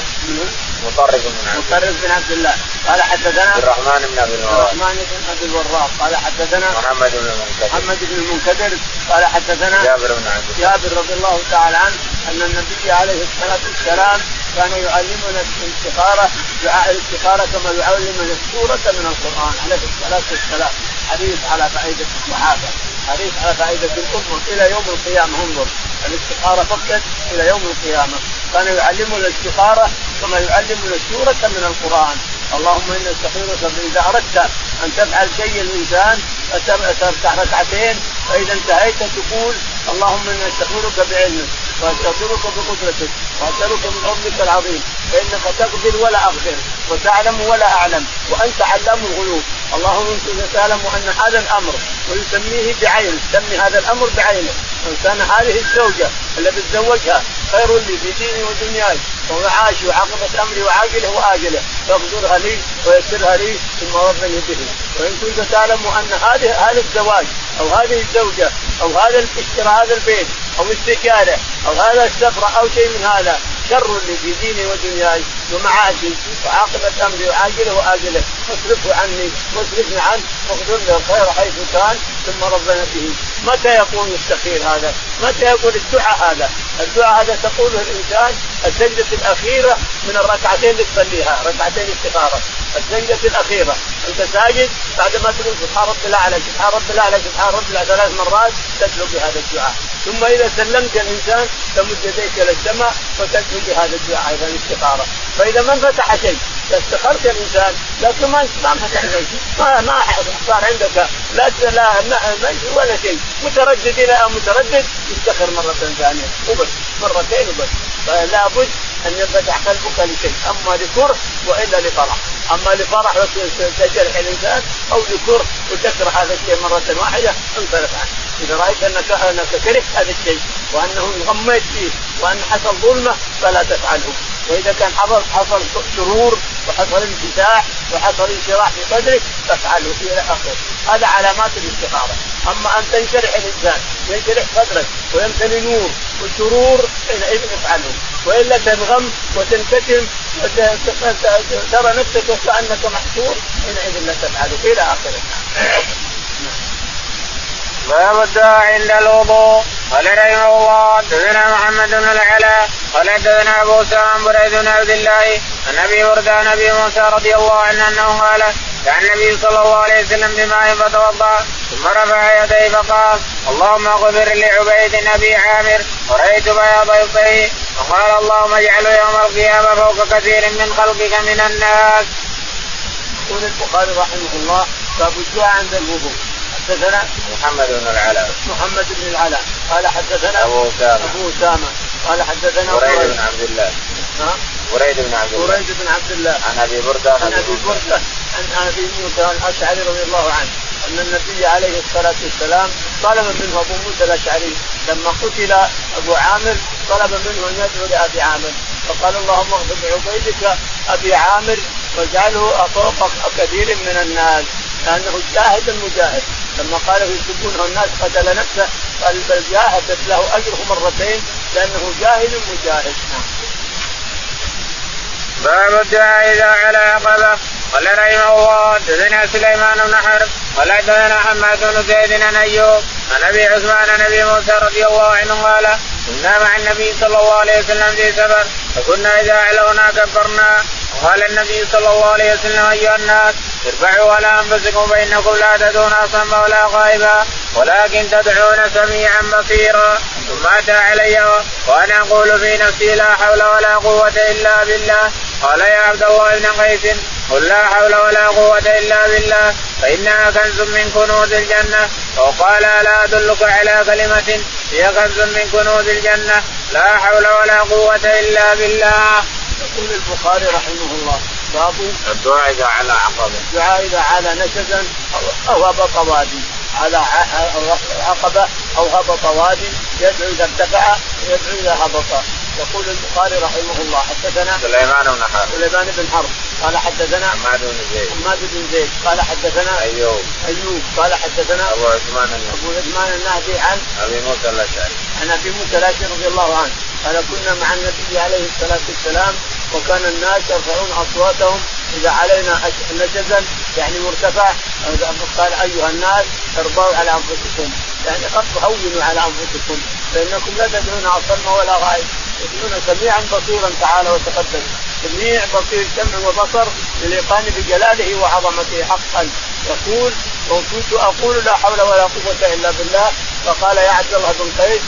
[SPEAKER 1] مطرف بن عبد
[SPEAKER 2] مطرف بن عبد الله قال حدثنا
[SPEAKER 1] الرحمن بن عبد الوهاب
[SPEAKER 2] الرحمن بن عبد الوهاب قال حدثنا
[SPEAKER 1] محمد بن المنكدر
[SPEAKER 2] محمد بن المنكدر قال حدثنا
[SPEAKER 1] جابر بن عبد الله
[SPEAKER 2] جابر رضي الله تعالى عنه أن النبي عليه الصلاة والسلام كان يعلمنا الاستخارة دعاء الاستخارة كما يعلمنا السورة من القرآن عليه الصلاة والسلام. حريص على فائدة الصحابة، حريص على فائدة الأمة إلى يوم القيامة. انظر الاستخارة فقط إلى يوم القيامة. كان يعلمنا الاستخارة كما يعلمنا السورة من القرآن. اللهم إنا نستخيرك إذا أردت أن تفعل شيء الإنسان تركع ركعتين فإذا انتهيت تقول اللهم إنا نستخيرك بعلمك واستغفرك بقدرتك وأسألك من فضلك العظيم فإنك تقدر ولا أقدر وتعلم ولا أعلم وأنت علام الغيوب. اللهم أنت تعلم أن هذا الأمر ويسميه بعينه، سمي هذا الأمر بعينه. وإن كان هذه الزوجة اللي بتزوجها خير لي في ديني ودنياي ومعاشي وعاقبة أمري وعاجله وآجله فاقدرها لي ويسرها لي ثم رضني به. وإن كنت تعلم أن هذه هذا الزواج أو هذه الزوجة أو هذا الاشتراء هذا البيت أو استكارة أو هذا السفر أو شيء من هذا شر لي في ديني ودنياي ومعاشي وعاقبة أمري وعاجله وآجله فاصرفه عني واصرفني عنه واقدر لي الخير حيث كان ثم ربنا به. متى يكون يستخير هذا؟ متى يقول الدعاء هذا؟ الدعاء هذا تقوله الإنسان السجدة الأخيرة من الركعتين اللي تصليها ركعتين استخارة. السجدة الأخيرة أنت ساجد بعد ما تقول سبحان رب الأعلى سبحان رب الأعلى سبحان رب الأعلى ثلاث مرات تدعو بهذا الدعاء. ثم إذا سلمت الإنسان تمد يديك إلى السماء وتدعو بهذا الدعاء أيضا الاستخارة. فإذا ما فتح شيء استخرت الإنسان لكن ما ما فتح شيء ما ما صار عندك لا لا ما ولا شيء متردد إلى متردد يستخر مرة ثانية وبس مرتين وبس. فلا بد أن يفتح قلبك لشيء أما لكره وإلا لفرح. أما لفرح وتجرح الإنسان أو لكره وتكره هذا الشيء مرة واحدة انصرف عنه. إذا رأيت أنك أنك كرهت هذا الشيء وأنه غميت فيه وأن حصل ظلمة فلا تفعله. وإذا كان حصل حصل سرور وحصل انفتاح وحصل انشراح في صدرك فافعله إلى آخره. هذا علامات الاستخارة. أما أن تنشرح الإنسان ينشرح صدرك ويمتلي نور والسرور حينئذ افعله. وإلا تنغم وتنكتم وترى نفسك كأنك محصور حينئذ لا تفعله إلى آخره.
[SPEAKER 1] باب الدعاء عند الوضوء. قال رحمه الله حدثنا محمد بن العلاء قال حدثنا ابو اسامه بريد بن عبد الله عن ابي بردان ابي موسى رضي الله عنه انه قال كان النبي صلى الله عليه وسلم بماء فتوضا ثم رفع يديه فقال اللهم اغفر لعبيد ابي عامر ورأيت بياض يديه وقال اللهم اجعله يوم القيامه فوق كثير من خلقك من الناس.
[SPEAKER 2] يقول البخاري رحمه الله باب الدعاء عند الوضوء. حدثنا
[SPEAKER 1] محمد بن العلاء
[SPEAKER 2] محمد بن العلاء قال حدثنا
[SPEAKER 1] أبو أسامة
[SPEAKER 2] أبو أسامة قال حدثنا
[SPEAKER 1] بريد بن عبد الله
[SPEAKER 2] ها
[SPEAKER 1] بريد بن عبد الله
[SPEAKER 2] بريد بن عبد الله
[SPEAKER 1] عن أبي بردة
[SPEAKER 2] عن أبي بردة عن أبي موسى الأشعري رضي الله عنه أن النبي عليه الصلاة والسلام طلب منه أبو موسى الأشعري لما قتل أبو عامر طلب منه أن يدعو لأبي عامر فقال اللهم اغفر لعبيدك أبي عامر واجعله فوق كثير من الناس لأنه جاهد المجاهد. لما قال يسبونه الناس قتل نفسه قال بل جاهدت له أجره مرتين لأنه جاهد مجاهد.
[SPEAKER 1] باب الدعاء إذا على عقبة. قال رحمه الله الله حدثنا سليمان بن حرب قال حدثنا حماد بن زيد عن ايوب عن ابي عثمان عن ابي موسى رضي الله عنه قال كنا مع النبي صلى الله عليه وسلم في سفر فكنا اذا علونا كبرنا. قال النبي صلى الله عليه وسلم ايها الناس ارفعوا على انفسكم فانكم لا تدعون اصم ولا غائبا ولكن تدعون سميعا بصيرا. ثم اتى علي وانا اقول في نفسي لا حول ولا قوه الا بالله. قال يا عبد الله بن قيس قل لا حول ولا قوه الا بالله فانها كنز من كنوز الجنه. وقال لا ادلك على كلمه هي كنز من كنوز الجنه لا حول ولا قوه الا بالله.
[SPEAKER 2] يقول البخاري رحمه الله باب
[SPEAKER 1] الدعاء إذا على عقبة
[SPEAKER 2] الدعاء إذا على نشزا أو هبط وادي على عقبة أو هبط وادي يدعو إذا ارتفع يدعو إذا هبط. يقول البخاري رحمه الله حدثنا
[SPEAKER 1] سليمان بن حرب
[SPEAKER 2] سليمان بن حرب قال حدثنا
[SPEAKER 1] حماد بن زيد
[SPEAKER 2] حماد بن زيد قال حدثنا
[SPEAKER 1] أيوب
[SPEAKER 2] أيوب قال حدثنا
[SPEAKER 1] أبو عثمان النهدي
[SPEAKER 2] أبو عثمان النهدي عن
[SPEAKER 1] أبي موسى الأشعري
[SPEAKER 2] عن أبي موسى الأشعري رضي الله عنه قال كنا مع النبي عليه الصلاة والسلام وكان الناس يرفعون أصواتهم إذا علينا نجزا يعني مرتفع. قال أيها الناس ارضوا على أنفسكم يعني هونوا على أنفسكم فإنكم لا تدعون أصم ولا غائب تدعون سميعا بصيرا تعالى وتقدم. سميع بصير سمع وبصر للإيقان بجلاله وعظمته حقا. يقول وكنت أقول لا حول ولا قوة إلا بالله. فقال يا عبد الله بن قيس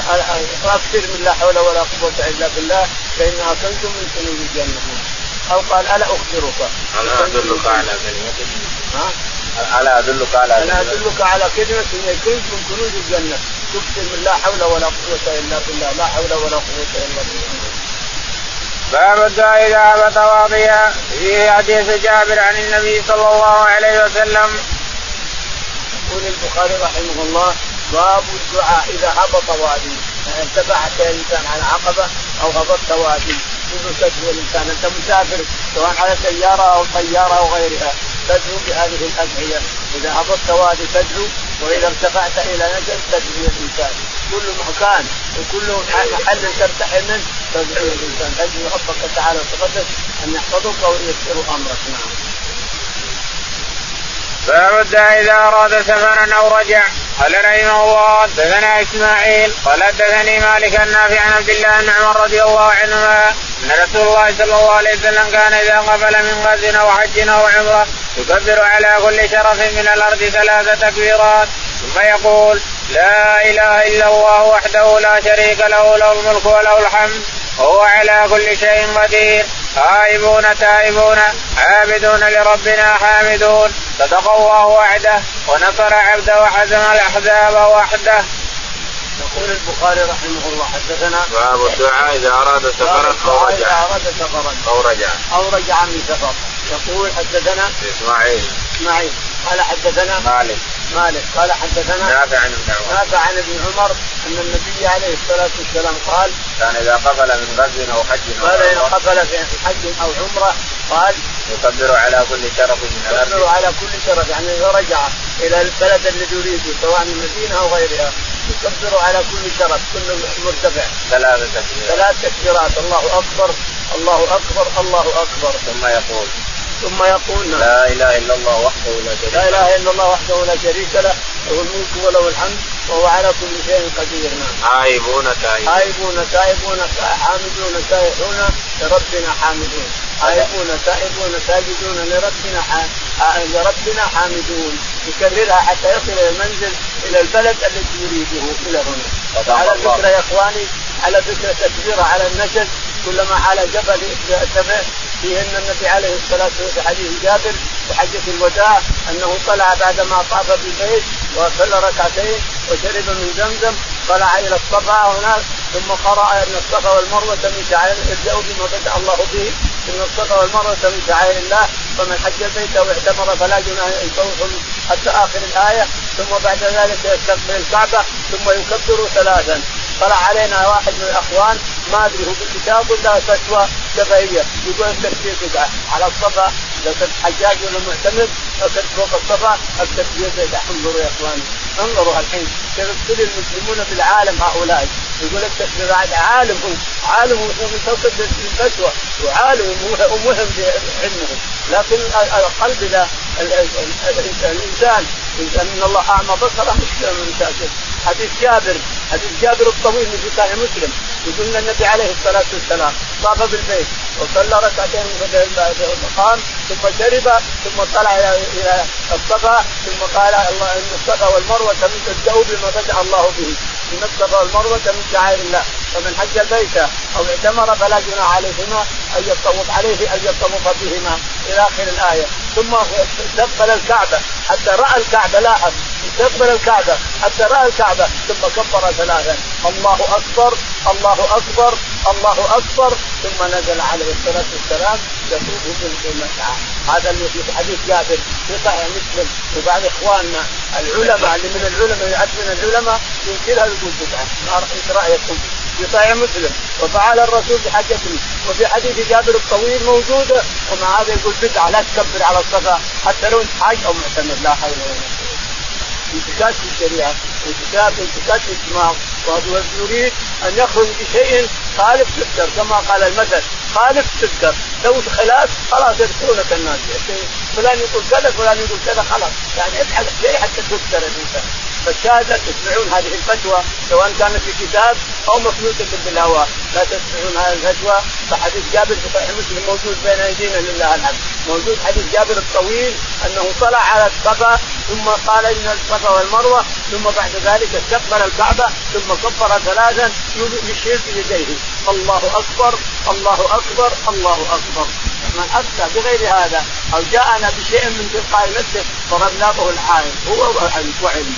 [SPEAKER 2] أكثر من لا حول ولا قوة إلا بالله فإنها كنز من كنوز الجنة. أو قال ألا أخبرك
[SPEAKER 1] ألا أدلك على كلمة ألا أدلك على
[SPEAKER 2] ألا أدلك على كلمة هي كنز من كنوز الجنة تكثر من لا حول ولا قوة إلا بالله لا حول ولا قوة إلا بالله.
[SPEAKER 1] باب الدعاء إذا هبط واضيا في حديث جابر عن النبي صلى الله عليه وسلم.
[SPEAKER 2] يقول البخاري رحمه الله باب الدعاء إذا هبط وادي يعني ارتفعت الإنسان على عقبة أو هبطت وادي كل تدعو الإنسان أنت مسافر سواء على سيارة أو طيارة أو غيرها تدعو بهذه الأدعية. إذا هبطت وادي تدعو وإذا ارتفعت إلى نجد تدعو الإنسان كل مكان وكل محل ترتحل منه تدعو الإنسان تدعو ربك تعالى وتقدس أن يحفظك وييسر أمرك. نعم.
[SPEAKER 1] باب الداعي إذا أراد سفرا أو رجع. قال رحمه الله حدثنا إسماعيل قال حدثني مالك النافع عن عبد الله بن عمر رضي الله عنهما أن رسول الله صلى الله عليه وسلم كان إذا قبل من غزو أو حج أو عمرة يكبر على كل شرف من الأرض ثلاث تكبيرات ثم يقول لا إله إلا الله وحده لا شريك له له الملك وله الحمد وهو على كل شيء قدير آيبون تائبون عابدون لربنا حامدون صدق الله وعده ونصر عبده وحزم الأحزاب وحده.
[SPEAKER 2] يقول البخاري رحمه الله حدثنا
[SPEAKER 1] باب الدعاء إذا أراد سفرا أو رجع أو رجع
[SPEAKER 2] أو رجع من سفر. يقول حدثنا
[SPEAKER 1] إسماعيل
[SPEAKER 2] إسماعيل قال حدثنا
[SPEAKER 1] مالك
[SPEAKER 2] مالك قال حدثنا
[SPEAKER 1] نافع عن ابن عمر
[SPEAKER 2] نافع عن ابن عمر أن النبي عليه الصلاة والسلام قال
[SPEAKER 1] كان إذا قبل من غزو أو حج
[SPEAKER 2] قال إذا قبل في حج أو عمرة قال
[SPEAKER 1] يكبر على كل شرف من الأرض
[SPEAKER 2] يكبر على كل شرف يعني إذا رجع إلى البلد الذي يريده سواء من المدينة أو غيرها يكبر على كل شرف كل مرتفع
[SPEAKER 1] ثلاث تكبيرات
[SPEAKER 2] ثلاث تكبيرات الله أكبر الله أكبر الله أكبر
[SPEAKER 1] ثم يقول
[SPEAKER 2] ثم يقول
[SPEAKER 1] لا إله إلا الله وحده لا شريك له
[SPEAKER 2] لا إله إلا الله وحده لا شريك له له الملك وله الحمد وهو على كل شيء قدير.
[SPEAKER 1] آيبون تائبون
[SPEAKER 2] آيبون تائبون حامدون سائحون لربنا حامدون آيبون تائبون ساجدون لربنا لربنا حامدون يكررها حتى يصل إلى المنزل إلى البلد الذي يريده إلى هنا. على فكرة يا إخواني على فكرة تكبيرة على النجد كلما على جبل ارتفع فيهن النبي عليه الصلاة والسلام حديث جابر في حجة الوداع أنه طلع بعدما طاف بالبيت وصلى ركعتين وشرب من زمزم طلع إلى الصفا هناك ثم قرأ أن الصفا والمروة من شعائر ابدأوا بما بدأ الله به إن الصفا والمروة من شعائر الله فمن حج البيت واعتمر فلا جناح يطوف حتى آخر الآية ثم بعد ذلك يستقبل الكعبة ثم يكبر ثلاثا. طلع علينا واحد من الأخوان ما أدري هو بالكتاب ولا فتوى شفهية يقول التكبير بدعة على الصفا إذا كنت حجاج ولا معتمر أكد فوق الصفا التكبير بدعة. انظروا يا إخواني انظروا الحين كيف يبتلي المسلمون بالعالم هؤلاء يقول لك بعد عالم عالم ومتوقف الفتوى وعالم ومهم في علمه، لكن القلب ذا الإنسان إن الله أعمى بصره مشكلة من المشاكل. حديث جابر حديث جابر الطويل في صحيح مسلم يقول أن النبي عليه الصلاة والسلام طاف بالبيت وصلى ركعتين في المقام ثم شرب ثم طلع إلى الصفا ثم قال الله إن الصفا والمروة من تبدأوا بما بدأ الله به، إن الصفا والمروة من شعائر الله، فمن حج البيت أو اعتمر فلا جناح عليهما أن يطوف عليه أن يطوف بهما إلى آخر الآية. ثم استقبل الكعبة حتى رأى الكعبة، لاحظ استقبل الكعبة حتى رأى الكعبة ثم كبر ثلاثا الله أكبر الله أكبر الله أكبر ثم نزل عليه الصلاة والسلام يطوف بالمسعى. هذا اللي في حديث جابر في صحيح مسلم. وبعد إخواننا العلماء اللي من العلماء يعد من العلماء ينكرها يقول بدعة، ما رأيكم؟ في صحيح مسلم وفعل الرسول بحجته وفي حديث جابر الطويل موجودة، ومع هذا يقول بدعة لا تكبر على الصفا حتى لو انت حاج أو معتمر. لا حول ولا قوة. انتكاس في الشريعة انتكاس انتكاس في الدماغ، وهو يريد أن يخرج بشيء خالف تذكر كما قال المثل خالف تذكر، لو خلاف خلاص يذكرونك الناس فلان يقول كذا فلان يقول كذا خلاص يعني ابحث شيء حتى تذكر الإنسان. فالشاهد تسمعون هذه الفتوى سواء كانت في كتاب أو مخلوقة بالهواء، لا تسمعون هذه الفتوى. فحديث جابر في صحيح مسلم موجود بين أيدينا لله الحمد، موجود حديث جابر الطويل أنه طلع على الصفا ثم قال إن الصفا والمروة ثم بعد ذلك استقبل الكعبة ثم كبر ثلاثا يشير بيديه الله أكبر الله أكبر الله أكبر. من أفتى بغير هذا أو جاءنا بشيء من تلقاء نفسه ضربنا به العائن هو وعلم.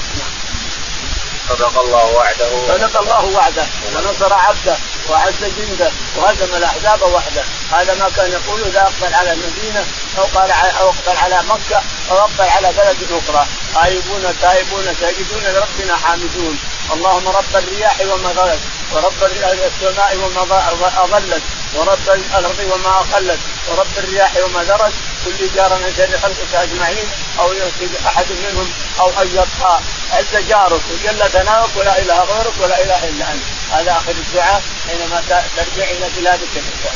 [SPEAKER 1] صدق الله وعده
[SPEAKER 2] صدق الله وعده ونصر عبده وعز جنده وهزم الأحزاب وحده. هذا ما كان يقول إذا أقبل على المدينة أو قال أو أقبل على مكة أو أقبل على بلد أخرى آيبون تائبون ساجدون لربنا حامدون اللهم رب الرياح وما ضلت ورب السماء وما أظلت ورب الأرض وما أخلت ورب الرياح وما درت كل جار من شر خلقك أجمعين أو يصيب أحد منهم أو أن يطغى عز جارك وجل ثناؤك ولا إله غيرك ولا إله إلا أنت. هذا آخر الدعاء حينما ترجع إلى بلادك.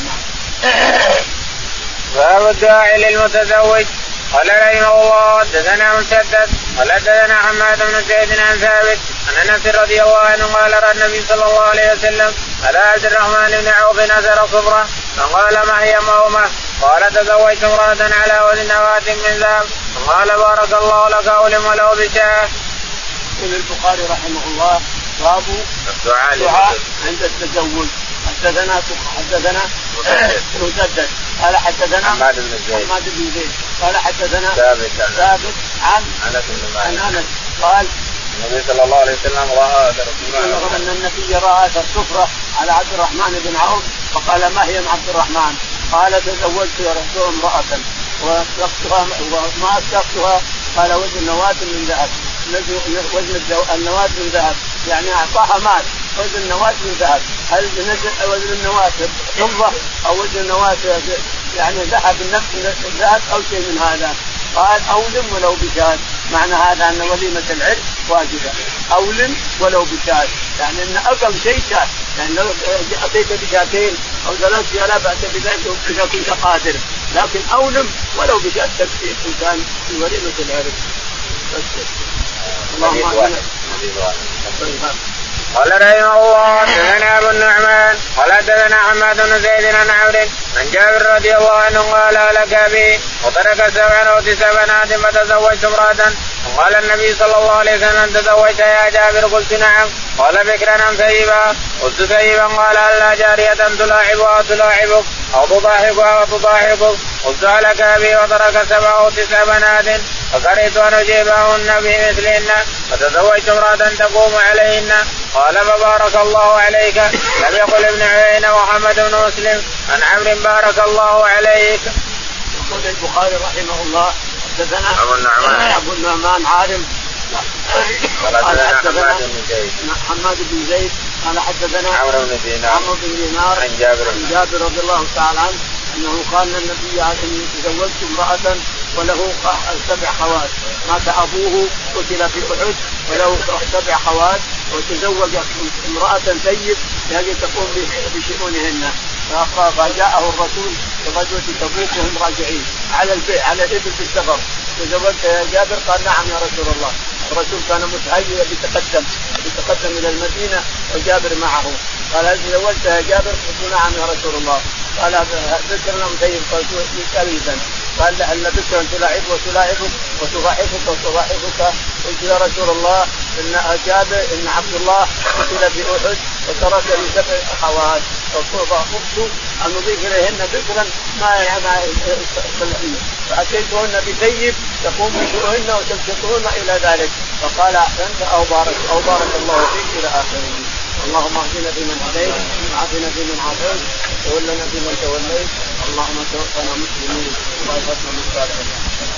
[SPEAKER 1] باب الدعاء للمتزوج. قال رحمه الله حدثنا مسدد قال حدثنا حماد بن زيد عن ثابت عن انس رضي الله عنه قال رأى النبي صلى الله عليه وسلم على عبد الرحمن بن عوف نزل صبرا فقال ما هي مومه؟ قال تزوجت امرأة على وزن نواة من ذهب قال بارك الله لك أولم ولو بشاة.
[SPEAKER 2] يقول البخاري رحمه الله باب الدعاء عند التزوج. حدثنا حدثنا مسدد قال حدثنا
[SPEAKER 1] حماد بن زيد
[SPEAKER 2] حماد بن زيد قال حدثنا
[SPEAKER 1] ثابت
[SPEAKER 2] ثابت عن
[SPEAKER 1] انس بن مالك
[SPEAKER 2] قال
[SPEAKER 1] النبي صلى الله عليه وسلم راى اثر
[SPEAKER 2] السفره ان النبي راى اثر السفره على عبد الرحمن بن عوف فقال ما هي من عبد الرحمن؟ قال تزوجت يا رسول امراه واسقطها وما اسقطها قال وزن نواة من ذهب وزن النواة من ذهب يعني اعطاها مال وزن النواة من ذهب. هل نزل وزن النواة فضة أو وزن النواة يعني ذهب نفس الذهب أو شيء من هذا؟ قال أولم ولو بشاة. معنى هذا أن وليمة العرس واجبة أولم ولو بشاة يعني أن أقل شيء شاة يعني لو أتيت بشاتين أو ثلاث شيء لا بأس بذلك إذا كنت قادر لكن أولم ولو بشاة تكفي إنسان في وليمة العرس. اللهم
[SPEAKER 1] قال رحمه الله حدثنا ابو النعمان قال حدثنا حماد بن زيد عن عمرو عن جابر رضي الله عنه قال لك ابي وترك سبعا او تسع بنات فتزوجت امراه وقال النبي صلى الله عليه وسلم تزوجت يا جابر؟ قلت نعم. قال بكرا ام ثيبا؟ قلت ثيبا. قال هلا جارية تلاعبها تلاعبك او تضاحكها وتضاحكك؟ قلت لك ابي وترك سبع او تسع بنات فكرهت ان اجيبهن بمثلهن فتزوجت امراه تقوم عليهن. قال فبارك الله عليك. لم يقل ابن عيينة ومحمد بن مسلم عن عمرو بارك الله عليك.
[SPEAKER 2] يقول البخاري رحمه الله حدثنا
[SPEAKER 1] ابو النعمان
[SPEAKER 2] ابو النعمان عارم
[SPEAKER 1] قال حدثنا
[SPEAKER 2] حماد بن زيد قال حدثنا
[SPEAKER 1] عمرو بن دينار
[SPEAKER 2] عمرو بن دينار
[SPEAKER 1] عن جابر
[SPEAKER 2] عن جابر رضي الله تعالى عنه انه قال النبي عليه تزوجت امراه وله سبع خوات مات ابوه قتل في احد وله سبع خوات وتزوج امرأة ثيب يعني تقوم بشؤونهن. فجاءه الرسول بغزوة تبوك وهم راجعين على البيت على الإبل في السفر. تزوجت يا جابر؟ قال نعم يا رسول الله. الرسول كان متهيئ بيتقدم بيتقدم إلى المدينة وجابر معه. قال هل تزوجت يا جابر؟ قلت نعم يا رسول الله. قال ذكرنا مثيب كلبا. قال لعل بكرا تلاعب وتلاعبك وتضاحكك وتضاحكك. قلت يا رسول الله ان جابر ان عبد الله قتل في احد وترك لي سبع اخوات فقلت ان نضيف اليهن بكرا ما يعني فاتيتهن بثيب تقوم بشؤونهن وتمسكهن الى ذلك. فقال احسنت او بارك او بارك الله فيك الى اخره. اللهم اهدنا فيمن هديت وعافنا فيمن عافيت وتولنا فيمن توليت. اللهم توفنا مسلمين وأجرنا من الصالحين.